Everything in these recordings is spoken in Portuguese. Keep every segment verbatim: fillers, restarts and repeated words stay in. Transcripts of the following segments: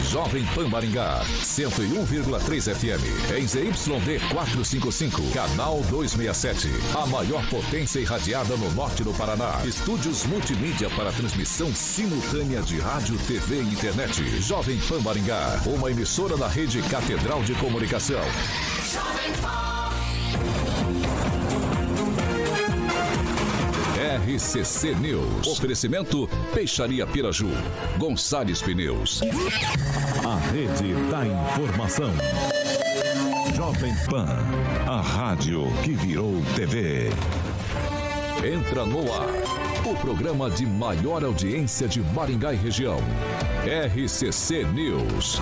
Jovem Pan Maringá, cento e um vírgula três F M, em Z Y D quatrocentos e cinquenta e cinco, canal duzentos e sessenta e sete. A maior potência irradiada no norte do Paraná. Estúdios multimídia para transmissão simultânea de rádio, T V e internet. Jovem Pan Maringá, uma emissora da rede Catedral de Comunicação. Jovem Pan. R C C News. Oferecimento Peixaria Piraju, Gonçalves Pneus. A rede da informação. Jovem Pan, a rádio que virou T V. Entra no ar, o programa de maior audiência de Maringá e região. R C C News.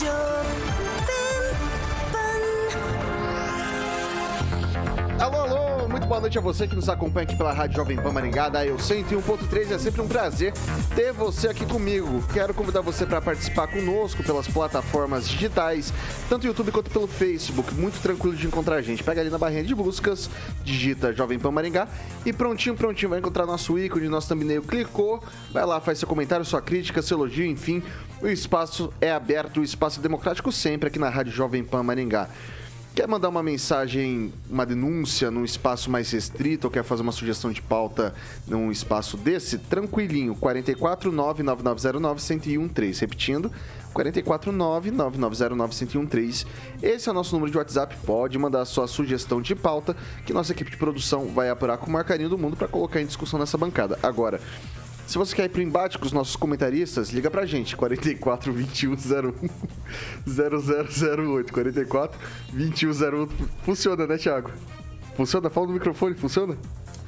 Alô, alô, muito boa noite a você que nos acompanha aqui pela Rádio Jovem Pan Maringá, da Eu cento e um ponto três. É sempre um prazer ter você aqui comigo. Quero convidar você para participar conosco pelas plataformas digitais, tanto YouTube quanto pelo Facebook. Muito tranquilo de encontrar a gente. Pega ali na barrinha de buscas, digita Jovem Pan Maringá e prontinho, prontinho, vai encontrar nosso ícone, nosso thumbnail. Clicou, vai lá, faz seu comentário, sua crítica, seu elogio, enfim. O espaço é aberto, o espaço é democrático sempre aqui na Rádio Jovem Pan Maringá. Quer mandar uma mensagem, uma denúncia num espaço mais restrito ou quer fazer uma sugestão de pauta num espaço desse? Tranquilinho, quatro quatro nove, nove nove zero nove, um zero um três. Repetindo, quatro quatro nove, nove nove zero nove, um zero um três. Esse é o nosso número de WhatsApp. Pode mandar a sua sugestão de pauta que nossa equipe de produção vai apurar com o maior carinho do mundo para colocar em discussão nessa bancada. Agora, se você quer ir pro embate com os nossos comentaristas, liga pra gente, quatro quatro, vinte e um, zero um, zero zero zero oito, quatro quatro, vinte e um, zero um. Funciona, né, Thiago? Funciona? Fala no microfone, funciona?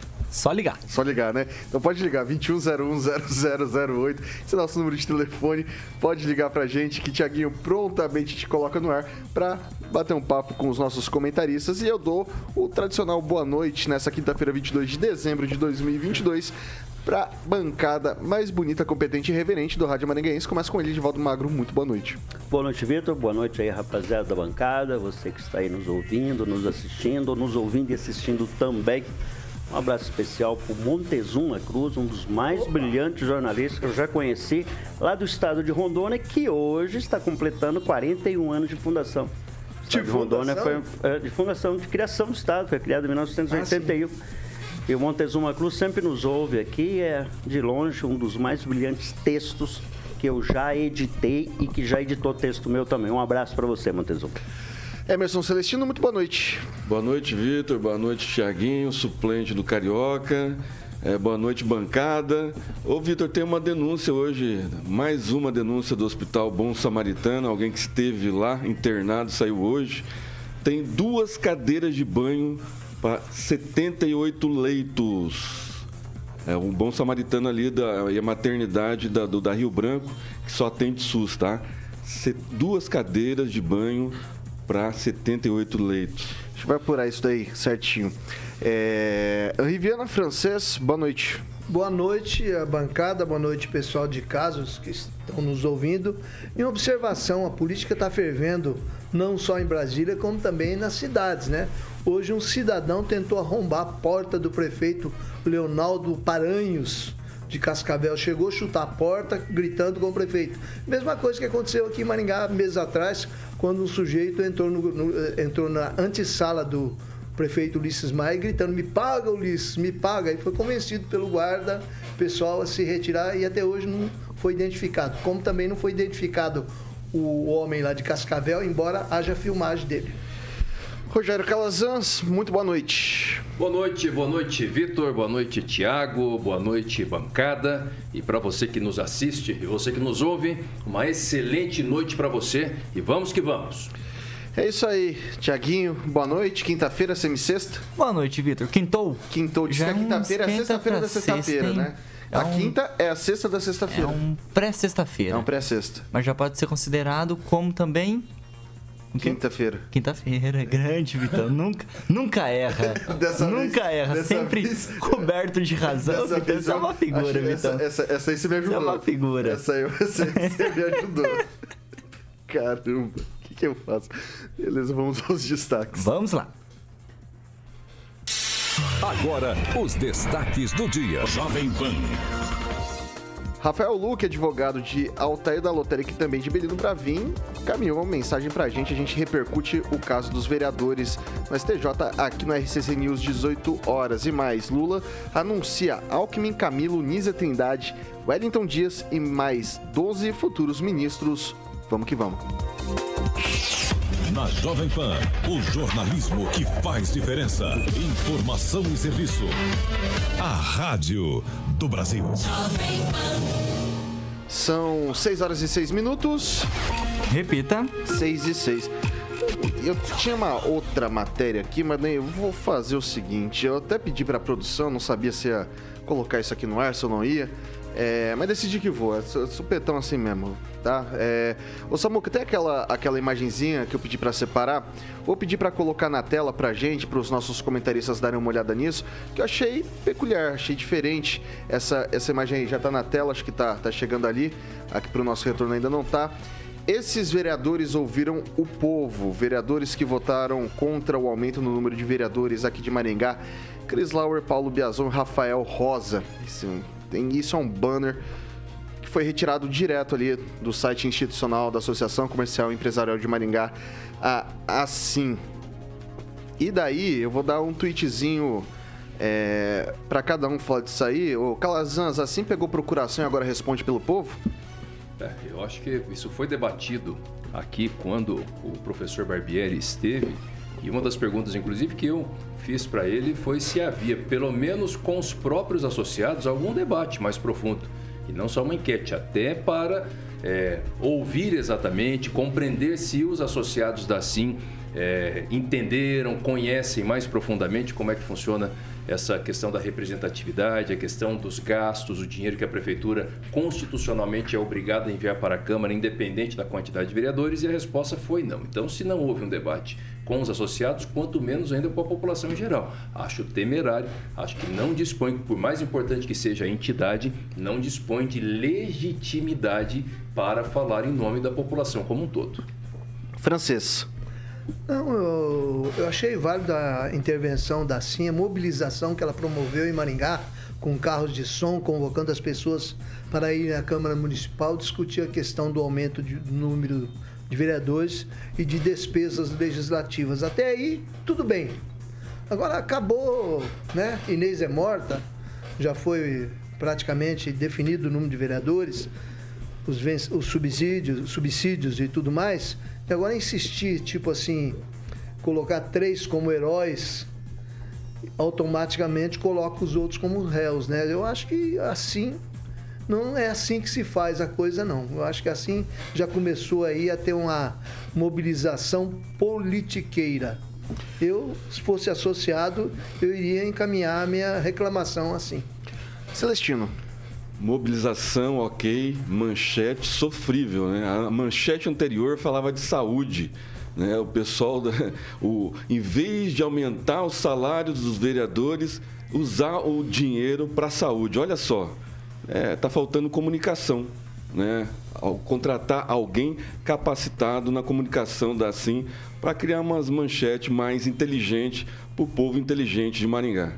Só ligar. Só ligar, né? Então pode ligar, vinte e um, zero um, zero zero zero oito. Esse é o nosso número de telefone. Pode ligar pra gente que Thiaguinho prontamente te coloca no ar pra bater um papo com os nossos comentaristas. E eu dou o tradicional boa noite nessa quinta-feira, vinte e dois de dezembro de dois mil e vinte e dois, pra bancada mais bonita, competente e reverente do Rádio Maringaense. Começa com ele, Edivaldo Magro. Muito boa noite. Boa noite, Vitor. Boa noite aí, rapaziada da bancada. Você que está aí nos ouvindo, nos assistindo, nos ouvindo e assistindo também. Um abraço especial para o Montezuma Cruz, um dos mais Opa. brilhantes jornalistas que eu já conheci lá do estado de Rondônia, que hoje está completando quarenta e um anos de fundação. De, de Rondônia foi é, de fundação, de criação do estado, foi criado em mil novecentos e oitenta e um. Ah, e o Montezuma Cruz sempre nos ouve aqui, é de longe um dos mais brilhantes textos que eu já editei e que já editou texto meu também. Um abraço para você, Montezuma. Emerson Celestino, muito boa noite. Boa noite, Vitor. Boa noite, Thiaguinho, suplente do Carioca. É, boa noite, bancada. Ô, Vitor, tem uma denúncia hoje, mais uma denúncia do Hospital Bom Samaritano, alguém que esteve lá internado, saiu hoje. Tem duas cadeiras de banho para setenta e oito leitos. É um Bom Samaritano ali, da, e a maternidade da, do, da Rio Branco, que só atende SUS, tá? Se, duas cadeiras de banho para setenta e oito leitos. A gente vai apurar isso daí certinho. É... Riviana Francês, boa noite. Boa noite, a bancada, boa noite, pessoal de casa que estão nos ouvindo. Em observação, a política está fervendo não só em Brasília, como também nas cidades, né? Hoje um cidadão tentou arrombar a porta do prefeito Leonardo Paranhos de Cascavel, chegou a chutar a porta, gritando com o prefeito. Mesma coisa que aconteceu aqui em Maringá, meses atrás, quando um sujeito entrou, no, no, entrou na antessala do prefeito Ulisses Maia, gritando, me paga, Ulisses, me paga. E foi convencido pelo guarda pessoal a se retirar e até hoje não foi identificado. Como também não foi identificado o homem lá de Cascavel, embora haja filmagem dele. Rogério Calazans, muito boa noite. Boa noite, boa noite, Vitor, boa noite, Thiago, boa noite, bancada. E para você que nos assiste e você que nos ouve, uma excelente noite para você e vamos que vamos. É isso aí, Thiaguinho, boa noite, quinta-feira, semi-sexta. Boa noite, Vitor, quintou? Quintou, diz que a quinta-feira é a sexta-feira da sexta-feira, né? É a um... quinta é a sexta da sexta-feira. É um pré-sexta-feira. É um pré-sexta. Mas já pode ser considerado como também... Quinta-feira. Quinta-feira, grande, Vitor. Nunca, nunca erra. Dessa nunca vez, erra. Sempre vez, coberto de razão. Vitor, vez, essa é uma figura, Vitor. Essa, essa, essa aí você me ajudou. Essa é uma figura. Essa aí você, você me ajudou. Caramba, o que, que eu faço? Beleza, vamos aos destaques. Vamos lá. Agora, os destaques do dia. Jovem Pan. Rafael Luque, advogado de Altair da Lotérica e também de Belino Bravin, caminhou uma mensagem pra gente. A gente repercute o caso dos vereadores no S T J aqui no R C C News, dezoito horas. E mais, Lula anuncia Alckmin, Camilo, Nízia Trindade, Wellington Dias e mais doze futuros ministros. Vamos que vamos. Na Jovem Pan, o jornalismo que faz diferença. Informação e serviço. A Rádio do Brasil. São seis horas e seis minutos. Repita. seis e seis. Eu tinha uma outra matéria aqui, mas nem eu vou fazer o seguinte. Eu até pedi para a produção, não sabia se ia colocar isso aqui no ar, se eu não ia. É, mas decidi que vou, é supetão assim mesmo, tá? É, ô Samuca, tem aquela, aquela imagenzinha que eu pedi pra separar? Vou pedir pra colocar na tela pra gente, pros nossos comentaristas darem uma olhada nisso, que eu achei peculiar, achei diferente. Essa, essa imagem aí já tá na tela, acho que tá, tá chegando ali, aqui pro nosso retorno ainda não tá. Esses vereadores ouviram o povo, vereadores que votaram contra o aumento no número de vereadores aqui de Maringá. Cris Lauer, Paulo Biazon e Rafael Rosa. Esse, tem, isso é um banner que foi retirado direto ali do site institucional da Associação Comercial e Empresarial de Maringá, a Assim. E daí eu vou dar um tweetzinho é, para cada um falar disso aí. O Calazans, Assim pegou procuração e agora responde pelo povo? É, eu acho que isso foi debatido aqui quando o professor Barbieri esteve, e uma das perguntas, inclusive, que eu fiz para ele foi se havia, pelo menos com os próprios associados, algum debate mais profundo. E não só uma enquete, até para é, ouvir exatamente, compreender se os associados da Assim é, entenderam, conhecem mais profundamente como é que funciona essa questão da representatividade, a questão dos gastos, o dinheiro que a Prefeitura constitucionalmente é obrigada a enviar para a Câmara, independente da quantidade de vereadores, e a resposta foi não. Então, se não houve um debate com os associados, quanto menos ainda com a população em geral. Acho temerário, acho que não dispõe, por mais importante que seja a entidade, não dispõe de legitimidade para falar em nome da população como um todo. Francês. Não, eu, eu achei válida a intervenção da Assim, a mobilização que ela promoveu em Maringá, com carros de som, convocando as pessoas para ir à Câmara Municipal discutir a questão do aumento de, do número de vereadores e de despesas legislativas. Até aí, tudo bem. Agora acabou, né? Inês é morta, já foi praticamente definido o número de vereadores, os, os subsídios, subsídios e tudo mais. E agora insistir, tipo assim, colocar três como heróis, automaticamente coloca os outros como réus, né? Eu acho que assim, não é assim que se faz a coisa, não. Eu acho que assim já começou aí a ter uma mobilização politiqueira. Eu, se fosse associado, eu iria encaminhar a minha reclamação assim. Celestino. Mobilização, ok, manchete sofrível, né? A manchete anterior falava de saúde, né? O pessoal, o, em vez de aumentar os salários dos vereadores, usar o dinheiro para a saúde. Olha só, é, tá faltando comunicação, né? Ao contratar alguém capacitado na comunicação da Assim para criar umas manchetes mais inteligentes para o povo inteligente de Maringá.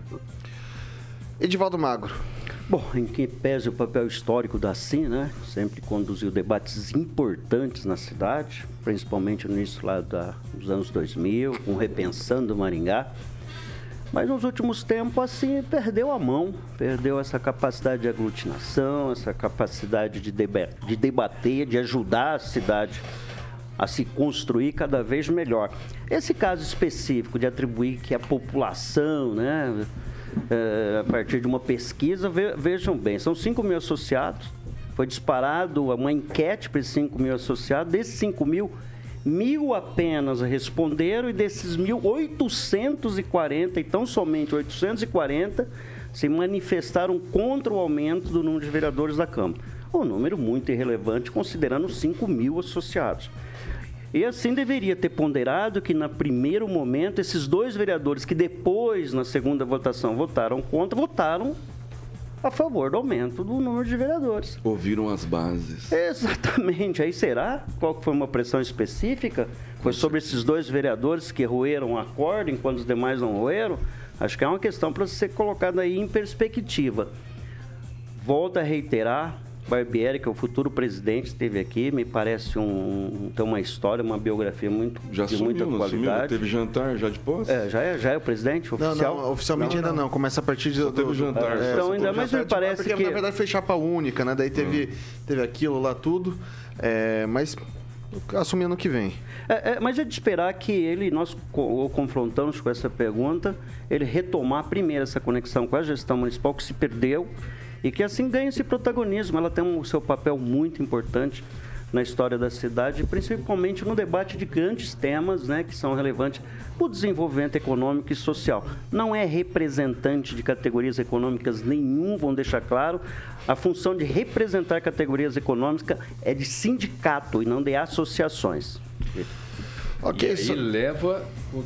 Edivaldo Magro. Bom, em que pese o papel histórico da Assim, né? Sempre conduziu debates importantes na cidade, principalmente no início lá da, dos anos dois mil, com Repensando Maringá. Mas nos últimos tempos, a Assim perdeu a mão, perdeu essa capacidade de aglutinação, essa capacidade de, deba- de debater, de ajudar a cidade a se construir cada vez melhor. Esse caso específico de atribuir que a população, né? É, a partir de uma pesquisa, ve, vejam bem, são cinco mil associados, foi disparado uma enquete para esses cinco mil associados, desses cinco mil, mil apenas responderam e desses mil, oitocentos e quarenta, então somente oitocentos e quarenta se manifestaram contra o aumento do número de vereadores da Câmara. Um número muito irrelevante considerando cinco mil associados. E assim deveria ter ponderado que, no primeiro momento, esses dois vereadores que depois, na segunda votação, votaram contra, votaram a favor do aumento do número de vereadores. Ouviram as bases. Exatamente. Aí será? Qual foi uma pressão específica? Foi sobre esses dois vereadores que roeram a corda enquanto os demais não roeram? Acho que é uma questão para ser colocada aí em perspectiva. Volto a reiterar, Barbieri, que é o futuro presidente, esteve aqui, me parece um, tem uma história, uma biografia muito, já de sumiu, muita não qualidade. Sumiu, teve jantar já de posse? É, já é, já é o presidente oficial? Não, não oficialmente não, ainda não. não, começa a partir de... Só teve do, jantar. É, então, ainda mais me parece porque, que... na verdade, foi chapa única, né? Daí teve, hum. teve aquilo lá, tudo, é, mas assumir ano que vem. É, é, mas é de esperar que ele, nós o confrontamos com essa pergunta, ele retomar primeiro essa conexão com a gestão municipal que se perdeu e que assim ganhe esse protagonismo. Ela tem o seu papel muito importante na história da cidade, principalmente no debate de grandes temas, né, que são relevantes para o desenvolvimento econômico e social. Não é representante de categorias econômicas nenhum, vão deixar claro. A função de representar categorias econômicas é de sindicato e não de associações. Okay, e aí so... leva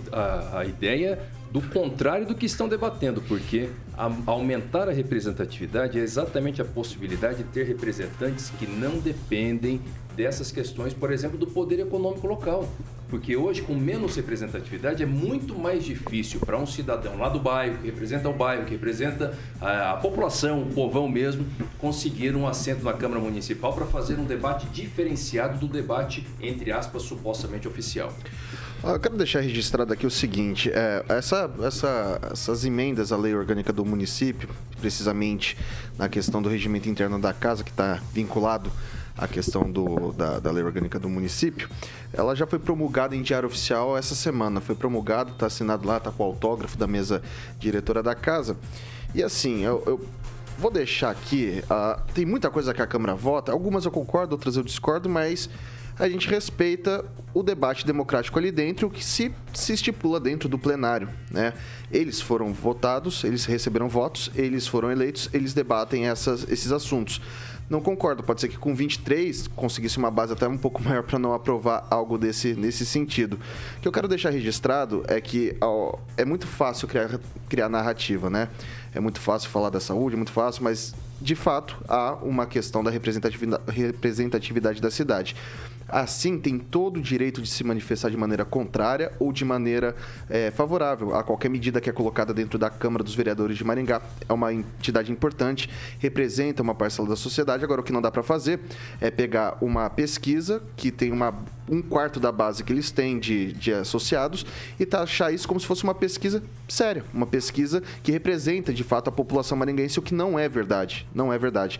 a, a ideia do contrário do que estão debatendo, porque a, aumentar a representatividade é exatamente a possibilidade de ter representantes que não dependem dessas questões, por exemplo, do poder econômico local. Porque hoje, com menos representatividade, é muito mais difícil para um cidadão lá do bairro, que representa o bairro, que representa a, a população, o povão mesmo, conseguir um assento na Câmara Municipal para fazer um debate diferenciado do debate, entre aspas, supostamente oficial. Eu quero deixar registrado aqui o seguinte, é, essa, essa, essas emendas à lei orgânica do município, precisamente na questão do regimento interno da casa, que está vinculado à questão do, da, da lei orgânica do município, ela já foi promulgada em diário oficial essa semana. Foi promulgado, está assinado lá, está com o autógrafo da mesa diretora da casa. E assim, eu, eu vou deixar aqui, uh, tem muita coisa que a Câmara vota, algumas eu concordo, outras eu discordo, mas a gente respeita o debate democrático ali dentro, o que se, se estipula dentro do plenário, né? Eles foram votados, eles receberam votos, eles foram eleitos, eles debatem essas, esses assuntos. Não concordo, pode ser que com vinte e três conseguisse uma base até um pouco maior para não aprovar algo desse, nesse sentido. O que eu quero deixar registrado é que ó, é muito fácil criar, criar narrativa, né? É muito fácil falar da saúde, é muito fácil, mas de fato há uma questão da representatividade, representatividade da cidade. Assim, tem todo o direito de se manifestar de maneira contrária ou de maneira é, favorável a qualquer medida que é colocada dentro da Câmara dos Vereadores de Maringá. É uma entidade importante, representa uma parcela da sociedade. Agora, o que não dá para fazer é pegar uma pesquisa que tem uma, um quarto da base que eles têm de, de associados e taxar isso como se fosse uma pesquisa séria, uma pesquisa que representa, de fato, a população maringaense, o que não é verdade. Não é verdade.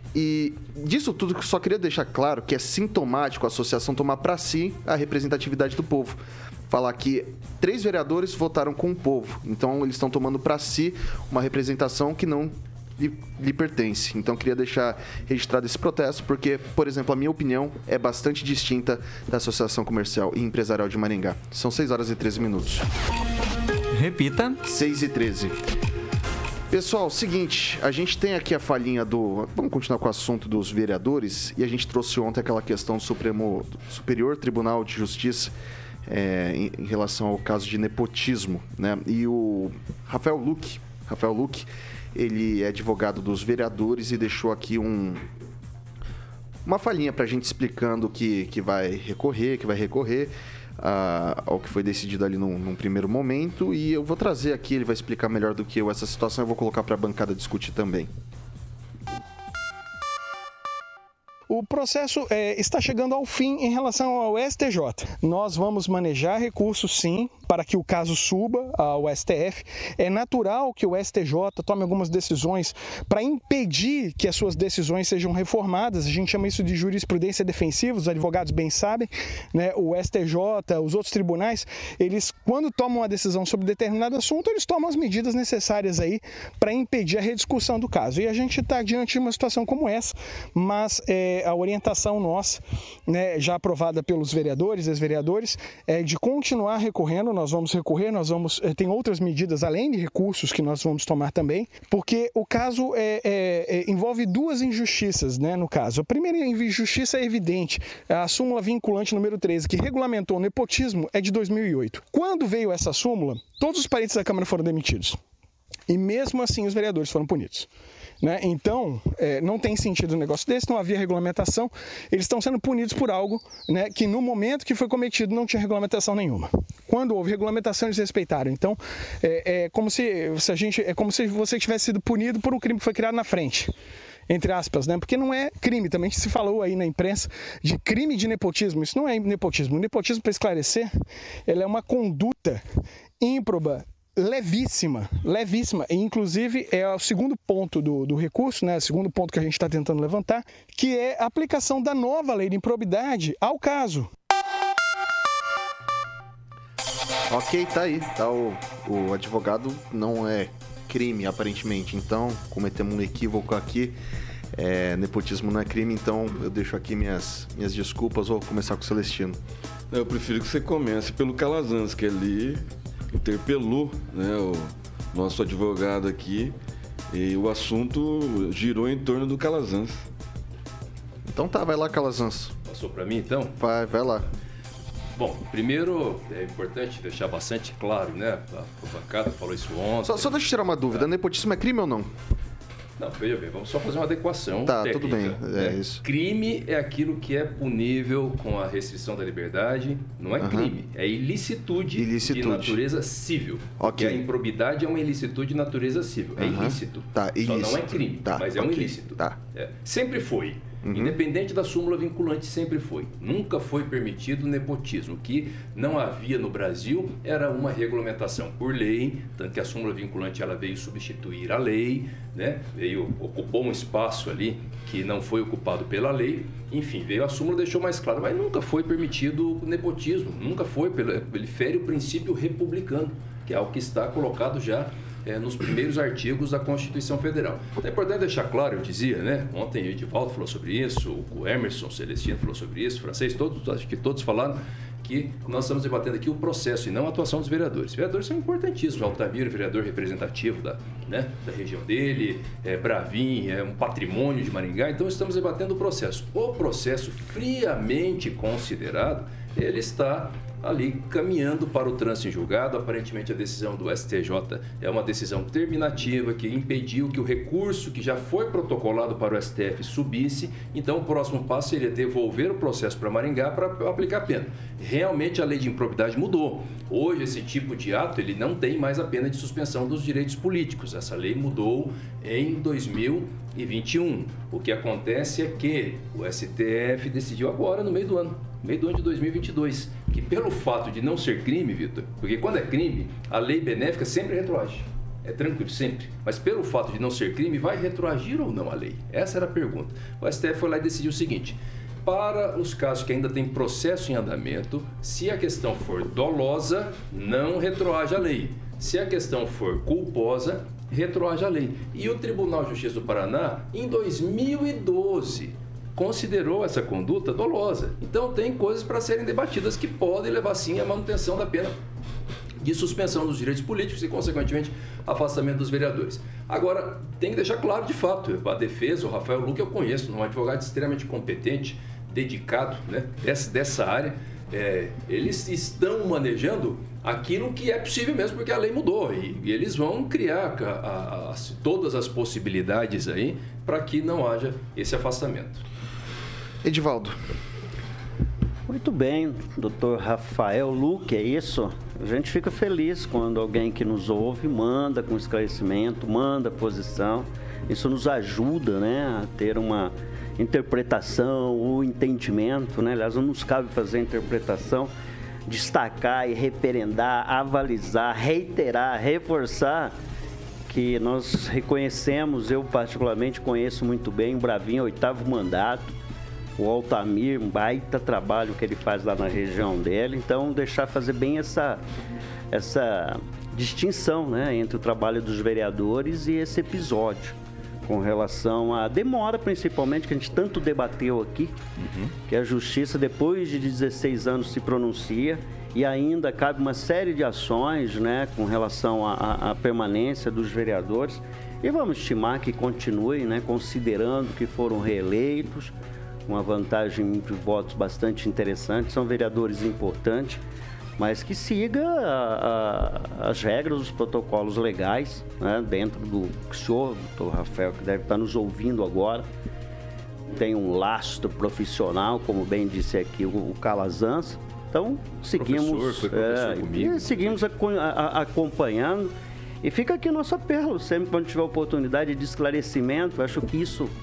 E disso tudo, eu só queria deixar claro que é sintomático a associação tomar para si a representatividade do povo. Falar que três vereadores votaram com o povo, então eles estão tomando para si uma representação que não lhe, lhe pertence. Então, eu queria deixar registrado esse protesto, porque, por exemplo, a minha opinião é bastante distinta da Associação Comercial e Empresarial de Maringá. São seis horas e treze minutos. Repita. seis e treze. Pessoal, seguinte, a gente tem aqui a falhinha do... Vamos continuar com o assunto dos vereadores. E a gente trouxe ontem aquela questão do Supremo Superior Tribunal de Justiça é, em, em relação ao caso de nepotismo, né? E o Rafael Luque, Rafael Luque, ele é advogado dos vereadores e deixou aqui um... uma falhinha para a gente explicando que, que vai recorrer, que vai recorrer... Uh, ao que foi decidido ali num, num primeiro momento, e eu vou trazer aqui, ele vai explicar melhor do que eu essa situação, eu vou colocar para a bancada discutir também. O processo é, está chegando ao fim em relação ao S T J. Nós vamos manejar recursos, sim, para que o caso suba ao S T F. É natural que o S T J tome algumas decisões para impedir que as suas decisões sejam reformadas. A gente chama isso de jurisprudência defensiva, os advogados bem sabem, né? O S T J, os outros tribunais, eles, quando tomam uma decisão sobre determinado assunto, eles tomam as medidas necessárias aí para impedir a rediscussão do caso. E a gente está diante de uma situação como essa, mas é, a orientação nossa, né, já aprovada pelos vereadores, ex-vereadores, é de continuar recorrendo. Nós vamos recorrer, nós vamos, tem outras medidas além de recursos que nós vamos tomar também, porque o caso é, é, é, envolve duas injustiças, né, no caso. A primeira injustiça é evidente, a súmula vinculante número treze, que regulamentou o nepotismo, é de dois mil e oito. Quando veio essa súmula, todos os parentes da Câmara foram demitidos. E mesmo assim os vereadores foram punidos. Né? Então, é, não tem sentido um negócio desse, não havia regulamentação, eles estão sendo punidos por algo, né, que no momento que foi cometido não tinha regulamentação nenhuma. Quando houve regulamentação, eles respeitaram. Então, é, é, como se, se a gente, é como se você tivesse sido punido por um crime que foi criado na frente. entre aspas, né? Porque não é crime, também se falou aí na imprensa de crime de nepotismo. Isso não é nepotismo. O nepotismo, para esclarecer, ele é uma conduta ímproba, levíssima, levíssima. E, inclusive, é o segundo ponto do, do recurso, né? O segundo ponto que a gente está tentando levantar, que é a aplicação da nova lei de improbidade ao caso. Ok, tá aí. Tá o, o advogado não é crime, aparentemente. Então, cometemos um equívoco aqui. É, nepotismo não é crime, então eu deixo aqui minhas, minhas desculpas. Vou começar com o Celestino. Eu prefiro que você comece pelo Calazans, que ele interpelou, né, o nosso advogado aqui, e o assunto girou em torno do Calazans. Então tá, vai lá, Calazans. Passou para mim, então? Vai, vai lá. Bom, primeiro é importante deixar bastante claro, né? A bancada falou isso ontem. Só, só deixa eu tirar uma dúvida, é. Nepotismo é crime ou não? Não, veja bem, vamos só fazer uma adequação Tá, técnica, tudo bem, é né? isso. Crime é aquilo que é punível com a restrição da liberdade, não é Uhum. crime, é ilicitude, Ilicitude. de natureza civil. Ok. Porque a improbidade é uma ilicitude de natureza civil, é Uhum. ilícito. Tá, Só não é ilícito. crime, Tá, mas é um ok. ilícito. Tá. É. Sempre foi. Uhum. Independente da súmula vinculante, sempre foi. Nunca foi permitido o nepotismo. O que não havia no Brasil era uma regulamentação por lei, tanto que a súmula vinculante ela veio substituir a lei, né? Veio, ocupou um espaço ali que não foi ocupado pela lei. Enfim, veio a súmula, deixou mais claro, mas nunca foi permitido o nepotismo. Nunca foi, ele fere o princípio republicano, que é o que está colocado já É, nos primeiros artigos da Constituição Federal. É importante deixar claro, eu dizia, né? Ontem o Edivaldo falou sobre isso, o Emerson, o Celestino falou sobre isso, o Francês, todos, acho que todos falaram que nós estamos debatendo aqui o processo e não a atuação dos vereadores. Os vereadores são importantíssimos. O Altamiro, vereador representativo da, né, da região dele, é, Bravin, é um patrimônio de Maringá. Então, estamos debatendo o processo. O processo, friamente considerado, ele está ali caminhando para o trânsito em julgado. Aparentemente a decisão do S T J é uma decisão terminativa que impediu que o recurso que já foi protocolado para o S T F subisse. Então o próximo passo seria devolver o processo para Maringá para aplicar a pena. Realmente a lei de improbidade mudou. Hoje esse tipo de ato ele não tem mais a pena de suspensão dos direitos políticos. Essa lei mudou em dois mil e vinte e um. O que acontece é que o S T F decidiu agora no meio do ano. No meio do ano de dois mil e vinte e dois, que pelo fato de não ser crime, Vitor, porque quando é crime, a lei benéfica sempre retroage. É tranquilo, sempre. Mas pelo fato de não ser crime, vai retroagir ou não a lei? Essa era a pergunta. O S T F foi lá e decidiu o seguinte: para os casos que ainda tem processo em andamento, se a questão for dolosa, não retroage a lei. Se a questão for culposa, retroage a lei. E o Tribunal de Justiça do Paraná, em dois mil e doze, considerou essa conduta dolosa. Então tem coisas para serem debatidas que podem levar sim à manutenção da pena de suspensão dos direitos políticos e, consequentemente, afastamento dos vereadores. Agora, tem que deixar claro de fato, a defesa, o Rafael Luque eu conheço, um advogado extremamente competente, dedicado, né, dessa, dessa área, é, eles estão manejando aquilo que é possível mesmo, porque a lei mudou e, e eles vão criar a, a, a, todas as possibilidades aí para que não haja esse afastamento. Edivaldo. Muito bem, doutor Rafael Luque, é isso? A gente fica feliz quando alguém que nos ouve manda com esclarecimento, manda posição. Isso nos ajuda, né, a ter uma interpretação, o entendimento, né? Aliás, não nos cabe fazer a interpretação, destacar e referendar, avalizar, reiterar, reforçar que nós reconhecemos, eu particularmente conheço muito bem o Bravinho, oitavo mandato, o Altamir, um baita trabalho que ele faz lá na região dele. Então, deixar fazer bem essa, essa distinção, né, entre o trabalho dos vereadores e esse episódio, com relação à demora, principalmente, que a gente tanto debateu aqui, uhum. que a Justiça, depois de dezesseis anos, se pronuncia e ainda cabe uma série de ações, né, com relação à, à permanência dos vereadores. E vamos estimar que continue, né, considerando que foram reeleitos, uma vantagem de votos bastante interessante, são vereadores importantes, mas que siga a, a, as regras, os protocolos legais, né, dentro do que o senhor, doutor Rafael, que deve estar nos ouvindo agora, tem um lastro profissional, como bem disse aqui o, o Calazans. Então, seguimos, professor, foi professor é, comigo. seguimos a, a, acompanhando. E fica aqui o nosso apelo, sempre quando tiver oportunidade de esclarecimento. Eu acho que isso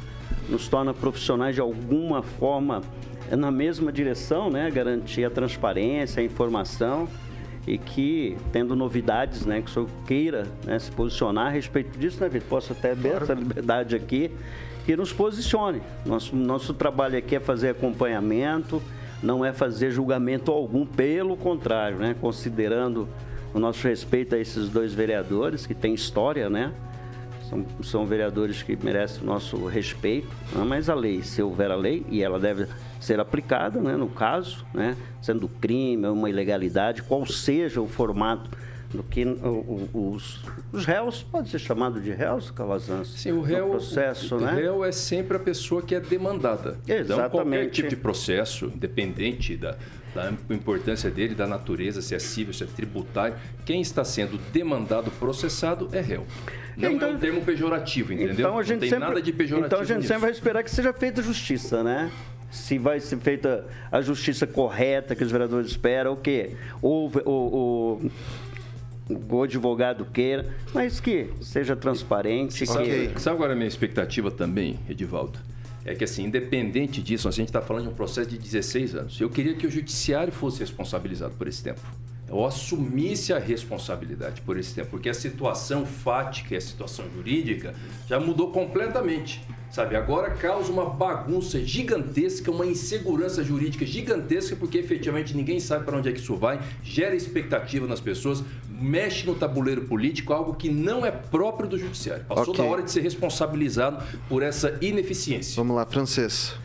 nos torna profissionais de alguma forma na mesma direção, né? Garantir a transparência, a informação e que, tendo novidades, né? Que o senhor queira, né, se posicionar a respeito disso, né, Vitor? Posso até ver essa liberdade aqui, que nos posicione. Nosso, nosso trabalho aqui é fazer acompanhamento, não é fazer julgamento algum, pelo contrário, né? Considerando o nosso respeito a esses dois vereadores, que têm história, né? São, são vereadores que merecem o nosso respeito, né? Mas a lei, se houver a lei, e ela deve ser aplicada, né? No caso, né? Sendo crime, uma ilegalidade, qual seja o formato do que o, o, os, os réus, pode ser chamado de réus, Calazans? Sim, o réu, processo, o, né? o réu é sempre a pessoa que é demandada. Exatamente. Então, qualquer tipo de processo, independente da, da importância dele, da natureza, se é civil, se é tributário, quem está sendo demandado, processado, é réu. Não então, é um termo pejorativo, entendeu? Então a gente Não tem sempre, nada de pejorativo Então a gente nisso. sempre vai esperar que seja feita justiça, né? Se vai ser feita a justiça correta que os vereadores esperam, o quê? Ou o, o, o advogado queira, mas que seja transparente. Sabe, que... sabe qual é a minha expectativa também, Edivaldo? É que, assim, independente disso, a gente está falando de um processo de dezesseis anos. Eu queria que o judiciário fosse responsabilizado por esse tempo. Ou assumisse a responsabilidade por esse tempo, porque a situação fática e a situação jurídica já mudou completamente, sabe? Agora causa uma bagunça gigantesca, uma insegurança jurídica gigantesca, porque efetivamente ninguém sabe para onde é que isso vai, gera expectativa nas pessoas, mexe no tabuleiro político, algo que não é próprio do judiciário. Passou Okay. da hora de ser responsabilizado por essa ineficiência. Vamos lá, Francês.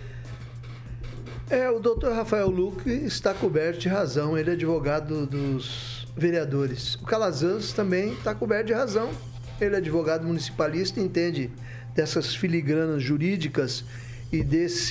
É, o doutor Rafael Luque está coberto de razão, ele é advogado dos vereadores. O Calazans também está coberto de razão, ele é advogado municipalista, entende dessas filigranas jurídicas e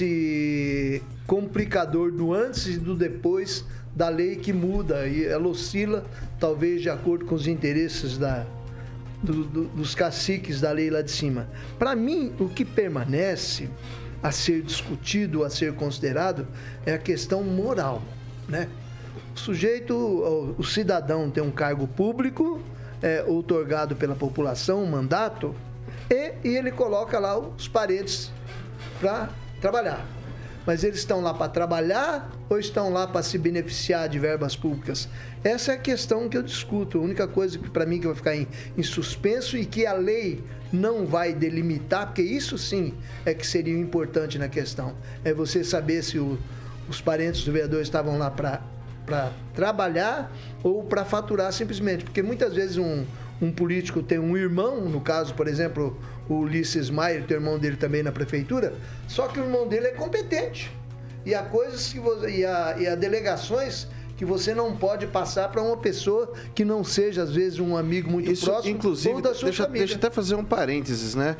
desse complicador do antes e do depois da lei que muda e ela oscila, talvez de acordo com os interesses da, do, do, dos caciques da lei lá de cima. Para mim, o que permanece a ser discutido, a ser considerado, é a questão moral, né? O sujeito, o, o cidadão tem um cargo público, é, outorgado pela população, um mandato, e, e ele coloca lá os parentes para trabalhar. Mas eles estão lá para trabalhar ou estão lá para se beneficiar de verbas públicas? Essa é a questão que eu discuto. A única coisa que para mim que vai ficar em, em suspenso e que a lei não vai delimitar, porque isso sim é que seria o importante na questão. É você saber se o, os parentes do vereador estavam lá para para trabalhar ou para faturar simplesmente. Porque muitas vezes um, um político tem um irmão, no caso, por exemplo, o Ulisses Maia, tem o irmão dele também na prefeitura, só que o irmão dele é competente. E há coisas que você, e, há, e há delegações que você não pode passar para uma pessoa que não seja, às vezes, um amigo muito Isso, próximo inclusive, ou da sua deixa, família. deixa eu até fazer um parênteses, né?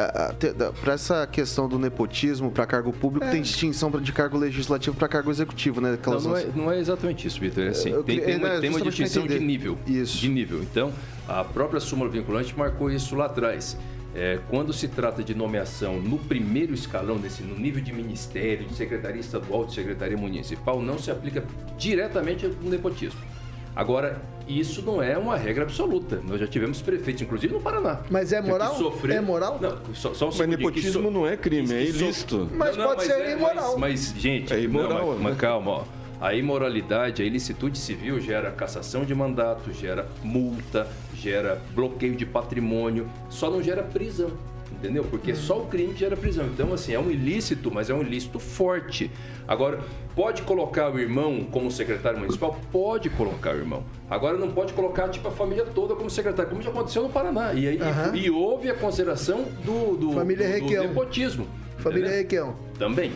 Para essa questão do nepotismo para cargo público, é. tem distinção de cargo legislativo para cargo executivo, né? Não, não, é, não é exatamente isso, Vitor. É assim, eu, tem, eu, tem, uma, é, tem uma distinção de nível. Isso. De nível. Então, a própria súmula vinculante marcou isso lá atrás. É, quando se trata de nomeação no primeiro escalão, nesse, no nível de ministério, de secretaria estadual, de secretaria municipal, não se aplica diretamente ao nepotismo. Agora, isso não é uma regra absoluta. Nós já tivemos prefeitos, inclusive no Paraná. Mas é moral? Sofrer... É moral? Não, só, só um mas nepotismo so... não é crime, é ilícito. Mas não, pode não, ser mas imoral. É, mas, mas, gente, é imoral, não, mas, né? mas calma, ó. A imoralidade, a ilicitude civil gera cassação de mandato, gera multa, gera bloqueio de patrimônio, só não gera prisão, entendeu? Porque só o crime gera prisão. Então, assim, é um ilícito, mas é um ilícito forte. Agora, pode colocar o irmão como secretário municipal? Pode colocar o irmão. Agora, não pode colocar, tipo, a família toda como secretário, como já aconteceu no Paraná. E, aí, uhum. e, e houve a consideração do, do, família do, do nepotismo. Família entendeu? Requião. Também.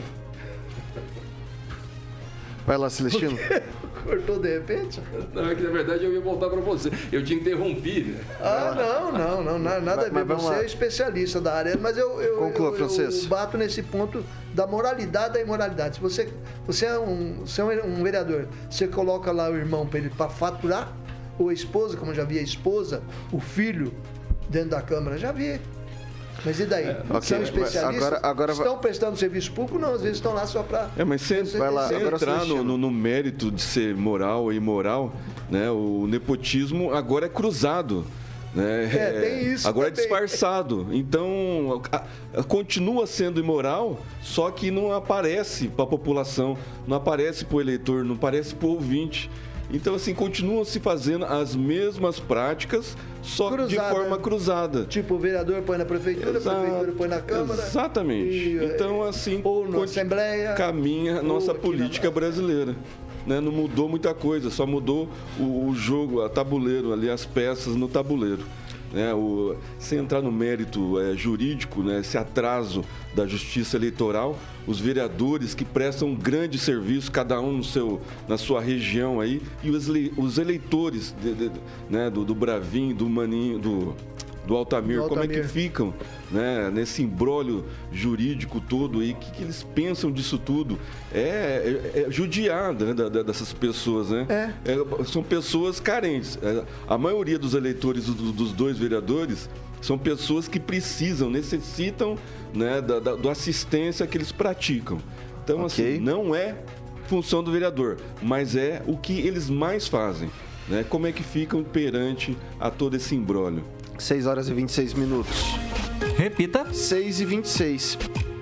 Vai lá, Celestino. Cortou de repente? Não, é que na verdade eu ia voltar para você. Eu te interrompi, né? Ah, não, não, não, nada a ver. Você lá. É especialista da área, mas eu, eu, Conclua, eu, eu, eu bato nesse ponto da moralidade da imoralidade. Se você, você é, um, você é um vereador, você coloca lá o irmão para ele para faturar, ou a esposa, como eu já vi a esposa, o filho dentro da Câmara, já vi. Mas e daí? É, okay. São especialistas? Agora, agora estão vai... prestando serviço público? Não, às vezes estão lá só para... É, mas sem, vai lá, sem agora entrar no, no, no mérito de ser moral ou imoral, né, o nepotismo agora é cruzado. Né? É, tem isso Agora também. é disfarçado. Então, a, a, continua sendo imoral, só que não aparece para a população, não aparece para o eleitor, não aparece para o ouvinte. Então, assim, continuam se fazendo as mesmas práticas, só cruzada. De forma cruzada. Tipo, o vereador põe na prefeitura, Exato. A prefeitura põe na Câmara. Exatamente. E, então, assim, ou na Assembleia. Caminha a nossa política brasileira. Né? Não mudou muita coisa, só mudou o, o jogo, a tabuleiro ali, as peças no tabuleiro. Né? O, sem entrar no mérito é, jurídico, né? Esse atraso da justiça eleitoral, os vereadores que prestam um grande serviço, cada um no seu, na sua região aí, e os, os eleitores de, de, né? do, do Bravinho, do Maninho, do, do Altamir, do Altamir, como é que ficam, né? Nesse imbróglio jurídico todo aí, o que, que eles pensam disso tudo? É, é, é judiada, né? da, da, dessas pessoas, né? É. É, são pessoas carentes. É, a maioria dos eleitores do, dos dois vereadores são pessoas que precisam, necessitam, né, da, da, da assistência que eles praticam. Então, okay. assim, não é função do vereador, mas é o que eles mais fazem. Né? Como é que ficam perante a todo esse imbróglio? seis horas e vinte e seis minutos. Repita. seis e vinte e seis.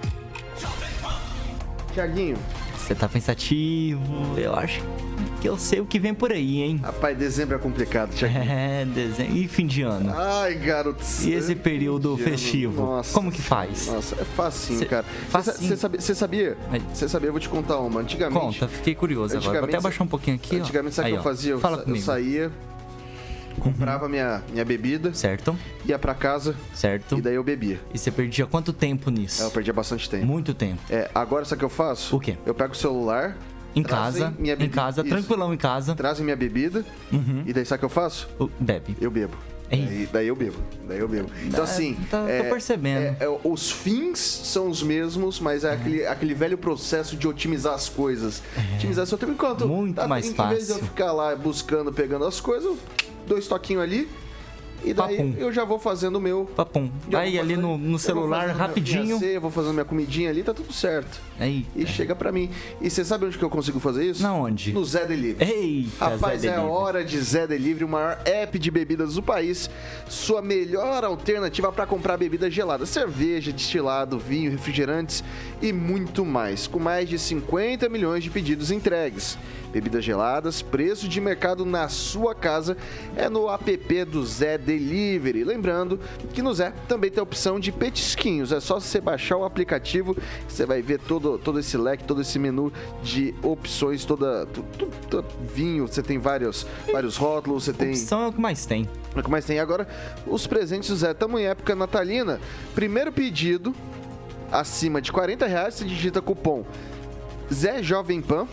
Tiaguinho. Você tá pensativo? Eu acho que eu sei o que vem por aí, hein? Rapaz, dezembro é complicado, Tiaguinho. É, dezembro. E fim de ano? Ai, garoto. E esse período festivo? Nossa. Como que faz? Nossa, é facinho, Cê, cara. Você sabia? Você sabia? Você sabia? Eu vou te contar uma. Antigamente... Conta, fiquei curioso agora. Vou até abaixar um pouquinho aqui, Antigamente, ó. sabe o que ó. eu fazia? Eu, Fala eu comigo. saía... Comprava uhum. minha, minha bebida. Certo. Ia pra casa. Certo. E daí eu bebia. E você perdia quanto tempo nisso? É, eu perdia bastante tempo. Muito tempo. É, agora sabe o que eu faço? O quê? Eu pego o celular. Em casa. Minha em casa, isso. Tranquilão em casa. Trazem minha bebida. Uhum. E daí sabe o que eu faço? O, bebe. Eu bebo. Daí, daí eu bebo. Daí eu bebo. Então, assim. Tá, é, tô percebendo. É, é, os fins são os mesmos, mas é, é. Aquele, aquele velho processo de otimizar as coisas. É. Otimizar seu tempo enquanto. Muito tá, mais em, fácil. Em vez de eu ficar lá buscando, pegando as coisas, dois toquinhos ali. E daí Papum. eu já vou fazendo o meu. Papum. Aí ali no, no celular, rapidinho. Eu vou fazendo minha comidinha ali, tá tudo certo. Aí. E é. chega pra mim. E você sabe onde que eu consigo fazer isso? Na onde? No Zé Delivery. Eita, Rapaz, Zé é Delivery. hora de Zé Delivery, o maior app de bebidas do país. Sua melhor alternativa para comprar bebida gelada. Cerveja, destilado, vinho, refrigerantes e muito mais. Com mais de cinquenta milhões de pedidos entregues. Bebidas geladas, preço de mercado na sua casa é no app do Zé Delivery. Lembrando que no Zé também tem a opção de petisquinhos. É só você baixar o aplicativo, você vai ver todo, todo esse leque, todo esse menu de opções, toda, tudo, tudo, vinho, você tem vários, vários rótulos, você tem... Opção é o que mais tem. É o que mais tem. Agora, os presentes do Zé, estamos em época natalina. Primeiro pedido, acima de quarenta reais, você digita cupom Zé Jovem Pan,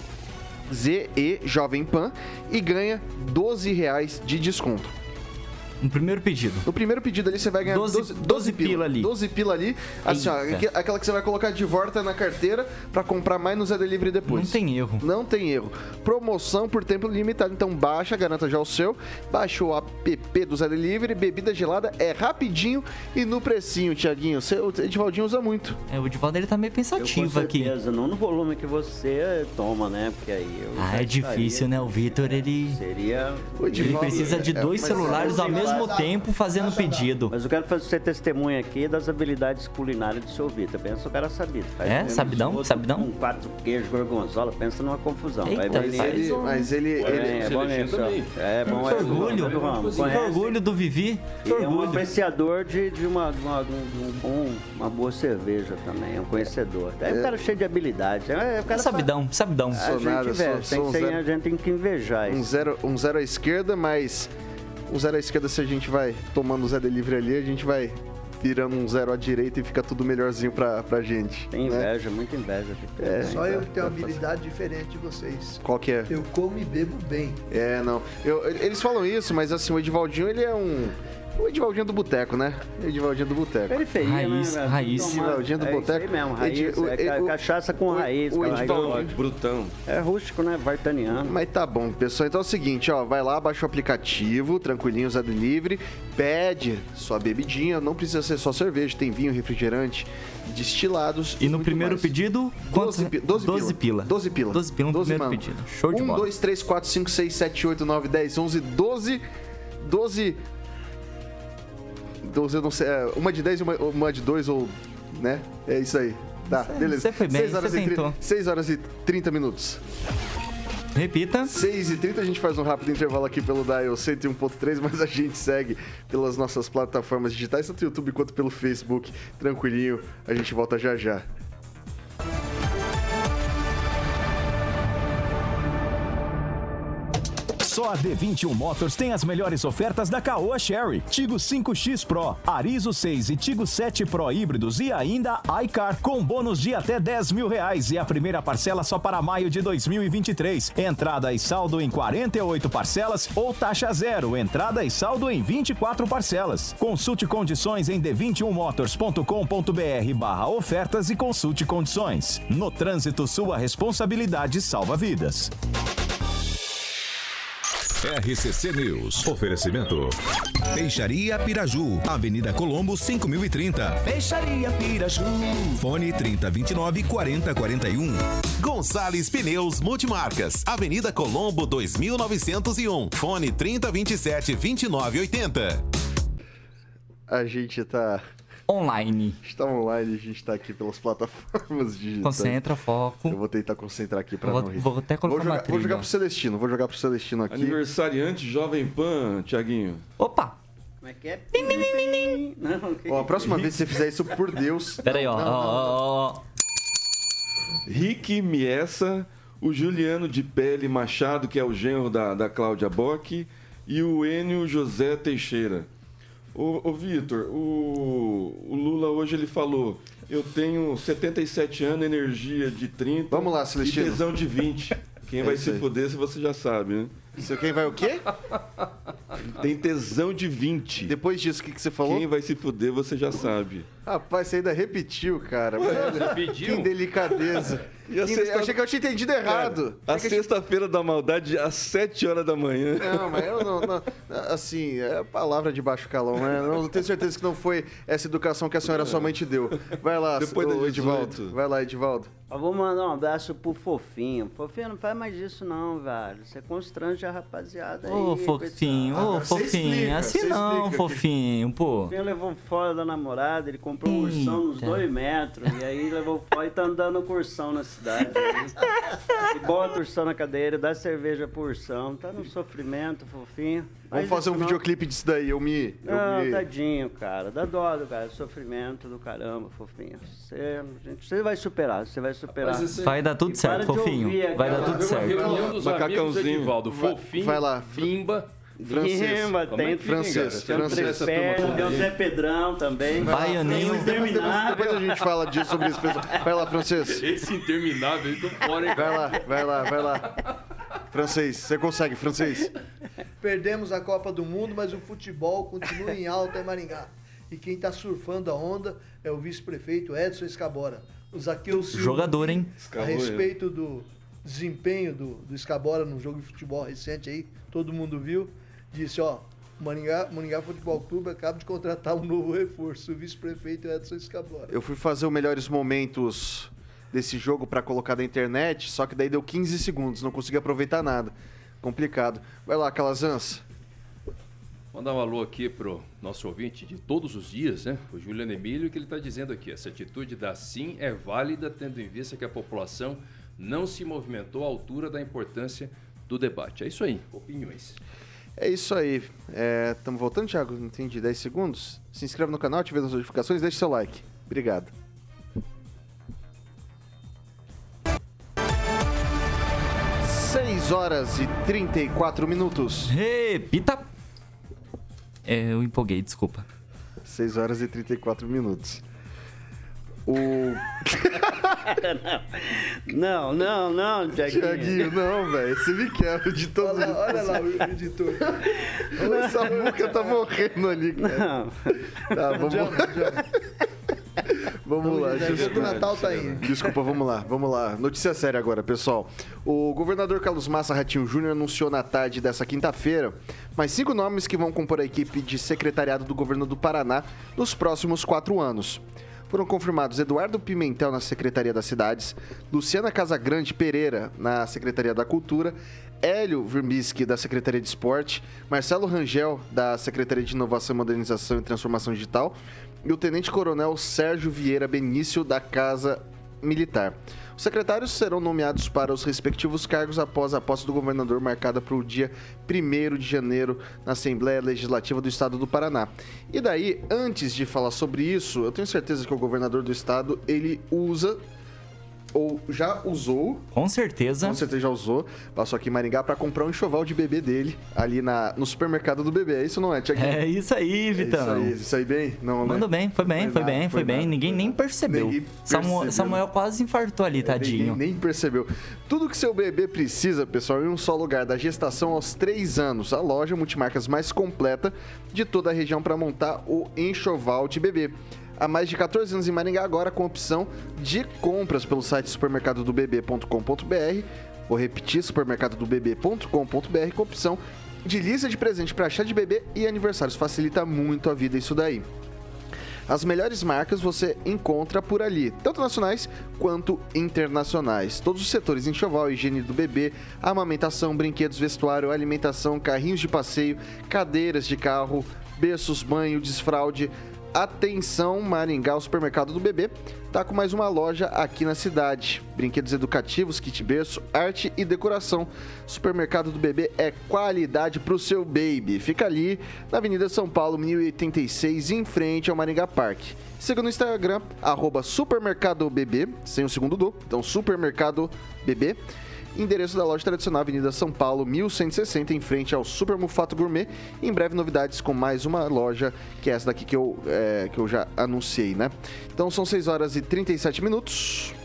Z E Jovem Pan, e ganha doze reais de desconto. No primeiro pedido. No primeiro pedido ali você vai ganhar doze, doze, doze pila. pila ali. doze pila ali. Assim, ó, aquela que você vai colocar de volta na carteira pra comprar mais no Zé Delivery depois. Não tem erro. Não tem erro. Promoção por tempo limitado. Então baixa, garanta já o seu. Baixa o app do Zé Delivery. Bebida gelada é rapidinho e no precinho, Tiaguinho. O Edivaldinho usa muito. É, o Edivaldo ele tá meio pensativo eu, com aqui. certeza, não no volume que você toma, né? Porque aí eu Ah, é difícil, né? O Vitor, ele... Seria... Ele precisa de dois é, celulares ao mesmo tempo fazendo pedido. Mas eu quero fazer você testemunha aqui das habilidades culinárias do seu Vitor. Pensa o cara sabido. Faz é? Sabidão? Sabidão? Com quatro queijos gorgonzola, pensa numa confusão. Eita, vai mas, ele, um... mas ele... ele... É, é bom nisso, é bom. Que orgulho. Que orgulho do Vivi. E é um apreciador de, de, uma, de, uma, de um, uma boa cerveja também. É um conhecedor. É um cara cheio de habilidade. É, o cara sabidão, faz... sabidão. A gente, nada, inveja, sou, tem, sou tem, um a gente tem que invejar isso. Um zero, um zero à esquerda, mas... Um zero à esquerda, se a gente vai tomando o Zé Delivery ali, a gente vai virando um zero à direita e fica tudo melhorzinho pra, pra gente. Tem inveja, né? Muita inveja. É, só eu que tenho uma habilidade diferente de vocês. Qual que é? Eu como e bebo bem. É, não. Eu, eles falam isso, mas assim, o Edivaldinho, ele é um... O Edivaldinho do Boteco, né? O Edivaldinho do Boteco. Periferia, raiz, né? Raiz. Edivaldinho do é Boteco. É mesmo, raiz. Edi, o, é o, cachaça com o, raiz. O, o Edivaldinho. Brutão. É rústico, né? Vartaniano. Mas tá bom, pessoal. Então é o seguinte, ó. Vai lá, baixa o aplicativo, tranquilinho, Zé Delivery. Pede sua bebidinha. Não precisa ser só cerveja. Tem vinho, refrigerante, destilados. E no primeiro mais. pedido, quantos? doze pila. doze pila. doze pila no primeiro mano. pedido. Show de bola. um, dois, três, quatro, cinco, seis, sete, oito, nove, dez, onze, doze. doze Então, eu não sei, uma de dez, uma, uma de dois, ou, né? É isso aí. Tá, beleza. Você foi bem, você tentou. seis horas e trinta minutos. Repita. seis e trinta, a gente faz um rápido intervalo aqui pelo Dial cento e um ponto três, mas a gente segue pelas nossas plataformas digitais, tanto no YouTube quanto pelo Facebook. Tranquilinho, a gente volta já já. Só a D vinte e um Motors tem as melhores ofertas da Caoa Chery. Tigo cinco X Pro, Arizo seis e Tigo sete Pro híbridos e ainda iCar com bônus de até dez mil reais e a primeira parcela só para maio de dois mil e vinte e três. Entrada e saldo em quarenta e oito parcelas ou taxa zero. Entrada e saldo em vinte e quatro parcelas. Consulte condições em d vinte e um motors ponto com ponto b r barra ofertas e consulte condições. No trânsito, sua responsabilidade salva vidas. R C C News. Oferecimento. Peixaria Piraju, Avenida Colombo, cinco mil e trinta. Peixaria Piraju. Fone trinta, vinte e nove, quarenta, quarenta e um. Gonçalves Pneus Multimarcas, Avenida Colombo, dois mil novecentos e um. Fone trinta, vinte e sete, vinte e nove, oitenta. A gente tá... online. A gente tá online, a gente tá aqui pelas plataformas digitais. Concentra, foco. Eu vou tentar concentrar aqui pra vou, não rir. Vou até colocar vou jogar, uma trilha. Vou jogar pro Celestino, vou jogar pro Celestino aqui. Aniversariante Jovem Pan, Thiaguinho. Opa! Como é que é? Não, ó, a próxima vez que você fizer isso, por Deus... Pera aí, ó. Não, não, não, ó, ó. Rick Miessa, o Juliano de Pele Machado, que é o genro da, da Cláudia Bock, e o Enio José Teixeira. Ô, ô Vitor, o, o Lula hoje ele falou, eu tenho setenta e sete anos, energia de trinta. Vamos lá, Celestino. E tesão de vinte. Quem é vai se aí. foder se você já sabe, né? Isso, quem vai o quê? Tem tesão de vinte. Depois disso, o que, que você falou? Quem vai se foder você já sabe. Rapaz, você ainda repetiu, cara. Repetiu? Que delicadeza. E a Que- sexta- Eu achei que eu tinha entendido errado. A Achei que eu sexta-feira da maldade às sete horas da manhã. Não, mas eu não, não- assim, é palavra de baixo calão, né? Eu não tenho certeza que não foi essa educação que a senhora sua mãe te deu. Vai lá, Depois ô, da Edivaldo. dezoito. Vai lá, Edivaldo. Eu vou mandar um abraço pro Fofinho. Fofinho, não faz mais isso não, velho. Você constrange a rapaziada aí. Ô, fofinho, Ah, ô, você fofinho. explica, Assim você não, explica fofinho, pô. O Fofinho levou fora da namorada, ele comprou um ursão uns Eita. dois metros. E aí levou fora e tá andando com ursão na cidade. E bota o ursão na cadeira, dá cerveja pro ursão. Tá no sofrimento, Fofinho. Vamos Faz fazer um isso não. videoclipe disso daí, eu me... Eu Não, me... tadinho, cara. Dá dó do cara. Sofrimento do caramba, Fofinho. Você, gente, você vai superar, você vai superar. Mas esse- Vai dar tudo E certo, para de fofinho. ouvir Vai dar aquela- tudo Uma certo. reunião dos amigos Macacãozinho. Edivaldo. Vai- Fofinho, vai lá. Bimba. Francês. Rima, Como é tem que fica, francês, cara? Tem o francês. Tripé, tem o Zé Pedrão também. Baianinho. Tem o Depois, Interminável. depois a gente fala disso, sobre isso. pessoal. Vai lá, francês. Esse interminável, então fora, hein, Vai cara? lá, vai lá, vai lá. Francês, você consegue, francês. Perdemos a Copa do Mundo, mas o futebol continua em alta em Maringá. E quem está surfando a onda é o vice-prefeito Edson Escabora. O Zaqueu Silva, Jogador, hein? a respeito do desempenho do, do Escabora no jogo de futebol recente aí, todo mundo viu, disse, ó, Maringá, Maringá Futebol Clube acaba de contratar um novo reforço, o vice-prefeito Edson Escabora. Eu fui fazer os melhores momentos desse jogo pra colocar na internet, só que daí deu quinze segundos, não consegui aproveitar nada. Complicado. Vai lá, Calazans. Mandar um alô aqui pro nosso ouvinte de todos os dias, né? O Juliano Emílio, que ele está dizendo aqui. Essa atitude da Sim é válida, tendo em vista que a população não se movimentou à altura da importância do debate. É isso aí, opiniões. É isso aí. Estamos voltando, Thiago? Não entendi. dez segundos? Se inscreve no canal, ative as notificações, deixe seu like. Obrigado. seis horas e trinta e quatro minutos. Repita. É, eu empolguei, desculpa. seis horas e trinta e quatro minutos. O... Não, não, não, Tiaguinho. Tiaguinho, não, velho. Você me quebra de todos Olha, olha lá o editor. O Samuca tá morrendo ali, cara. Não. Tá, vamos Vamos lá, O dia desculpa. do Natal tá aí. Desculpa, vamos lá, vamos lá. Notícia séria agora, pessoal. O governador Carlos Massa Ratinho Júnior anunciou na tarde dessa quinta-feira mais cinco nomes que vão compor a equipe de secretariado do governo do Paraná nos próximos quatro anos. foram confirmados Eduardo Pimentel na Secretaria das Cidades, Luciana Casagrande Pereira na Secretaria da Cultura, Hélio Vermisky da Secretaria de Esporte, Marcelo Rangel da Secretaria de Inovação, Modernização e Transformação Digital e o Tenente Coronel Sérgio Vieira Benício da Casa Militar. Os secretários serão nomeados para os respectivos cargos após a posse do governador marcada para o dia primeiro de janeiro na Assembleia Legislativa do Estado do Paraná. E daí, antes de falar sobre isso, eu tenho certeza que o governador do estado, ele usa ou já usou... Com certeza. Com certeza já usou. Passou aqui em Maringá para comprar um enxoval de bebê dele ali na, no supermercado do bebê. É isso, não é, Tiaguinho? É isso aí, Vitão. É isso aí, isso aí bem? Não, Mandou né? bem, foi bem, foi, foi bem, foi, foi bem. Nada, Ninguém foi nem nada. percebeu. Ninguém Samuel, percebeu. Samuel quase infartou ali, tadinho. Ninguém nem percebeu. Tudo que seu bebê precisa, pessoal, em um só lugar, da gestação aos três anos. A loja multimarcas mais completa de toda a região para montar o enxoval de bebê. Há mais de quatorze anos em Maringá, agora com opção de compras pelo site supermercado do bebê ponto com ponto b r. Vou repetir, supermercado do bebê ponto com ponto b r, com opção de lista de presente para chá de bebê e aniversários. Facilita muito a vida isso daí. As melhores marcas você encontra por ali, tanto nacionais quanto internacionais. Todos os setores: enxoval, higiene do bebê, amamentação, brinquedos, vestuário, alimentação, carrinhos de passeio, cadeiras de carro, berços, banho, desfraude. Atenção, Maringá, o supermercado do bebê tá com mais uma loja aqui na cidade. Brinquedos educativos, kit berço, arte e decoração. Supermercado do bebê é qualidade pro seu baby. Fica ali na Avenida São Paulo, mil e oitenta e seis, em frente ao Maringá Parque. Siga no Instagram, arroba supermercadobebê, sem o segundo do, então supermercado bebê. Endereço da loja tradicional, Avenida São Paulo, mil cento e sessenta, em frente ao Super Mufato Gourmet. Em breve, novidades com mais uma loja, que é essa daqui que eu, é, que eu já anunciei, né? Então, são seis horas e trinta e sete minutos.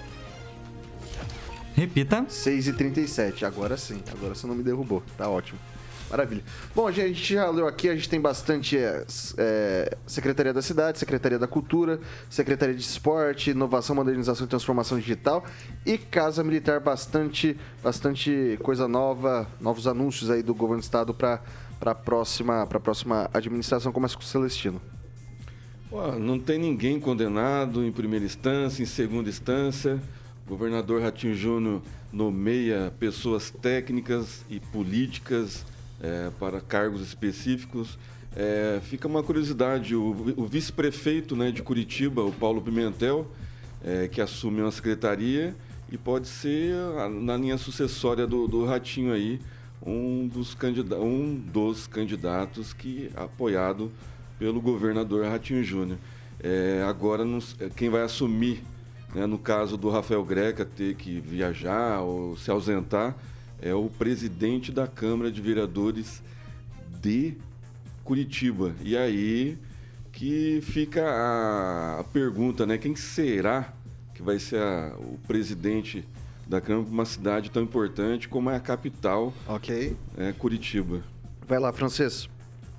Repita. seis e trinta e sete, agora sim. Agora você não me derrubou, tá ótimo. Maravilha. Bom, a gente já leu aqui, a gente tem bastante é, é, Secretaria da Cidade, Secretaria da Cultura, Secretaria de Esporte, Inovação, Modernização e Transformação Digital e Casa Militar, bastante, bastante coisa nova, novos anúncios aí do governo do estado para a próxima, para a próxima administração. Começa com o Celestino. Ué, não tem ninguém condenado em primeira instância, em segunda instância. O governador Ratinho Júnior nomeia pessoas técnicas e políticas É, para cargos específicos. É, fica uma curiosidade, o, o vice-prefeito, né, de Curitiba, o Paulo Pimentel, é, que assume uma secretaria e pode ser, a, na linha sucessória do, do Ratinho aí, um dos, candida- um dos candidatos que apoiado pelo governador Ratinho Júnior. É, agora, não, quem vai assumir, né, no caso do Rafael Greca ter que viajar ou se ausentar, é o presidente da Câmara de Vereadores de Curitiba. E aí que fica a, a pergunta, né? Quem será que vai ser a, o presidente da Câmara de uma cidade tão importante como é a capital, ok, é, Curitiba? Vai lá, Francês.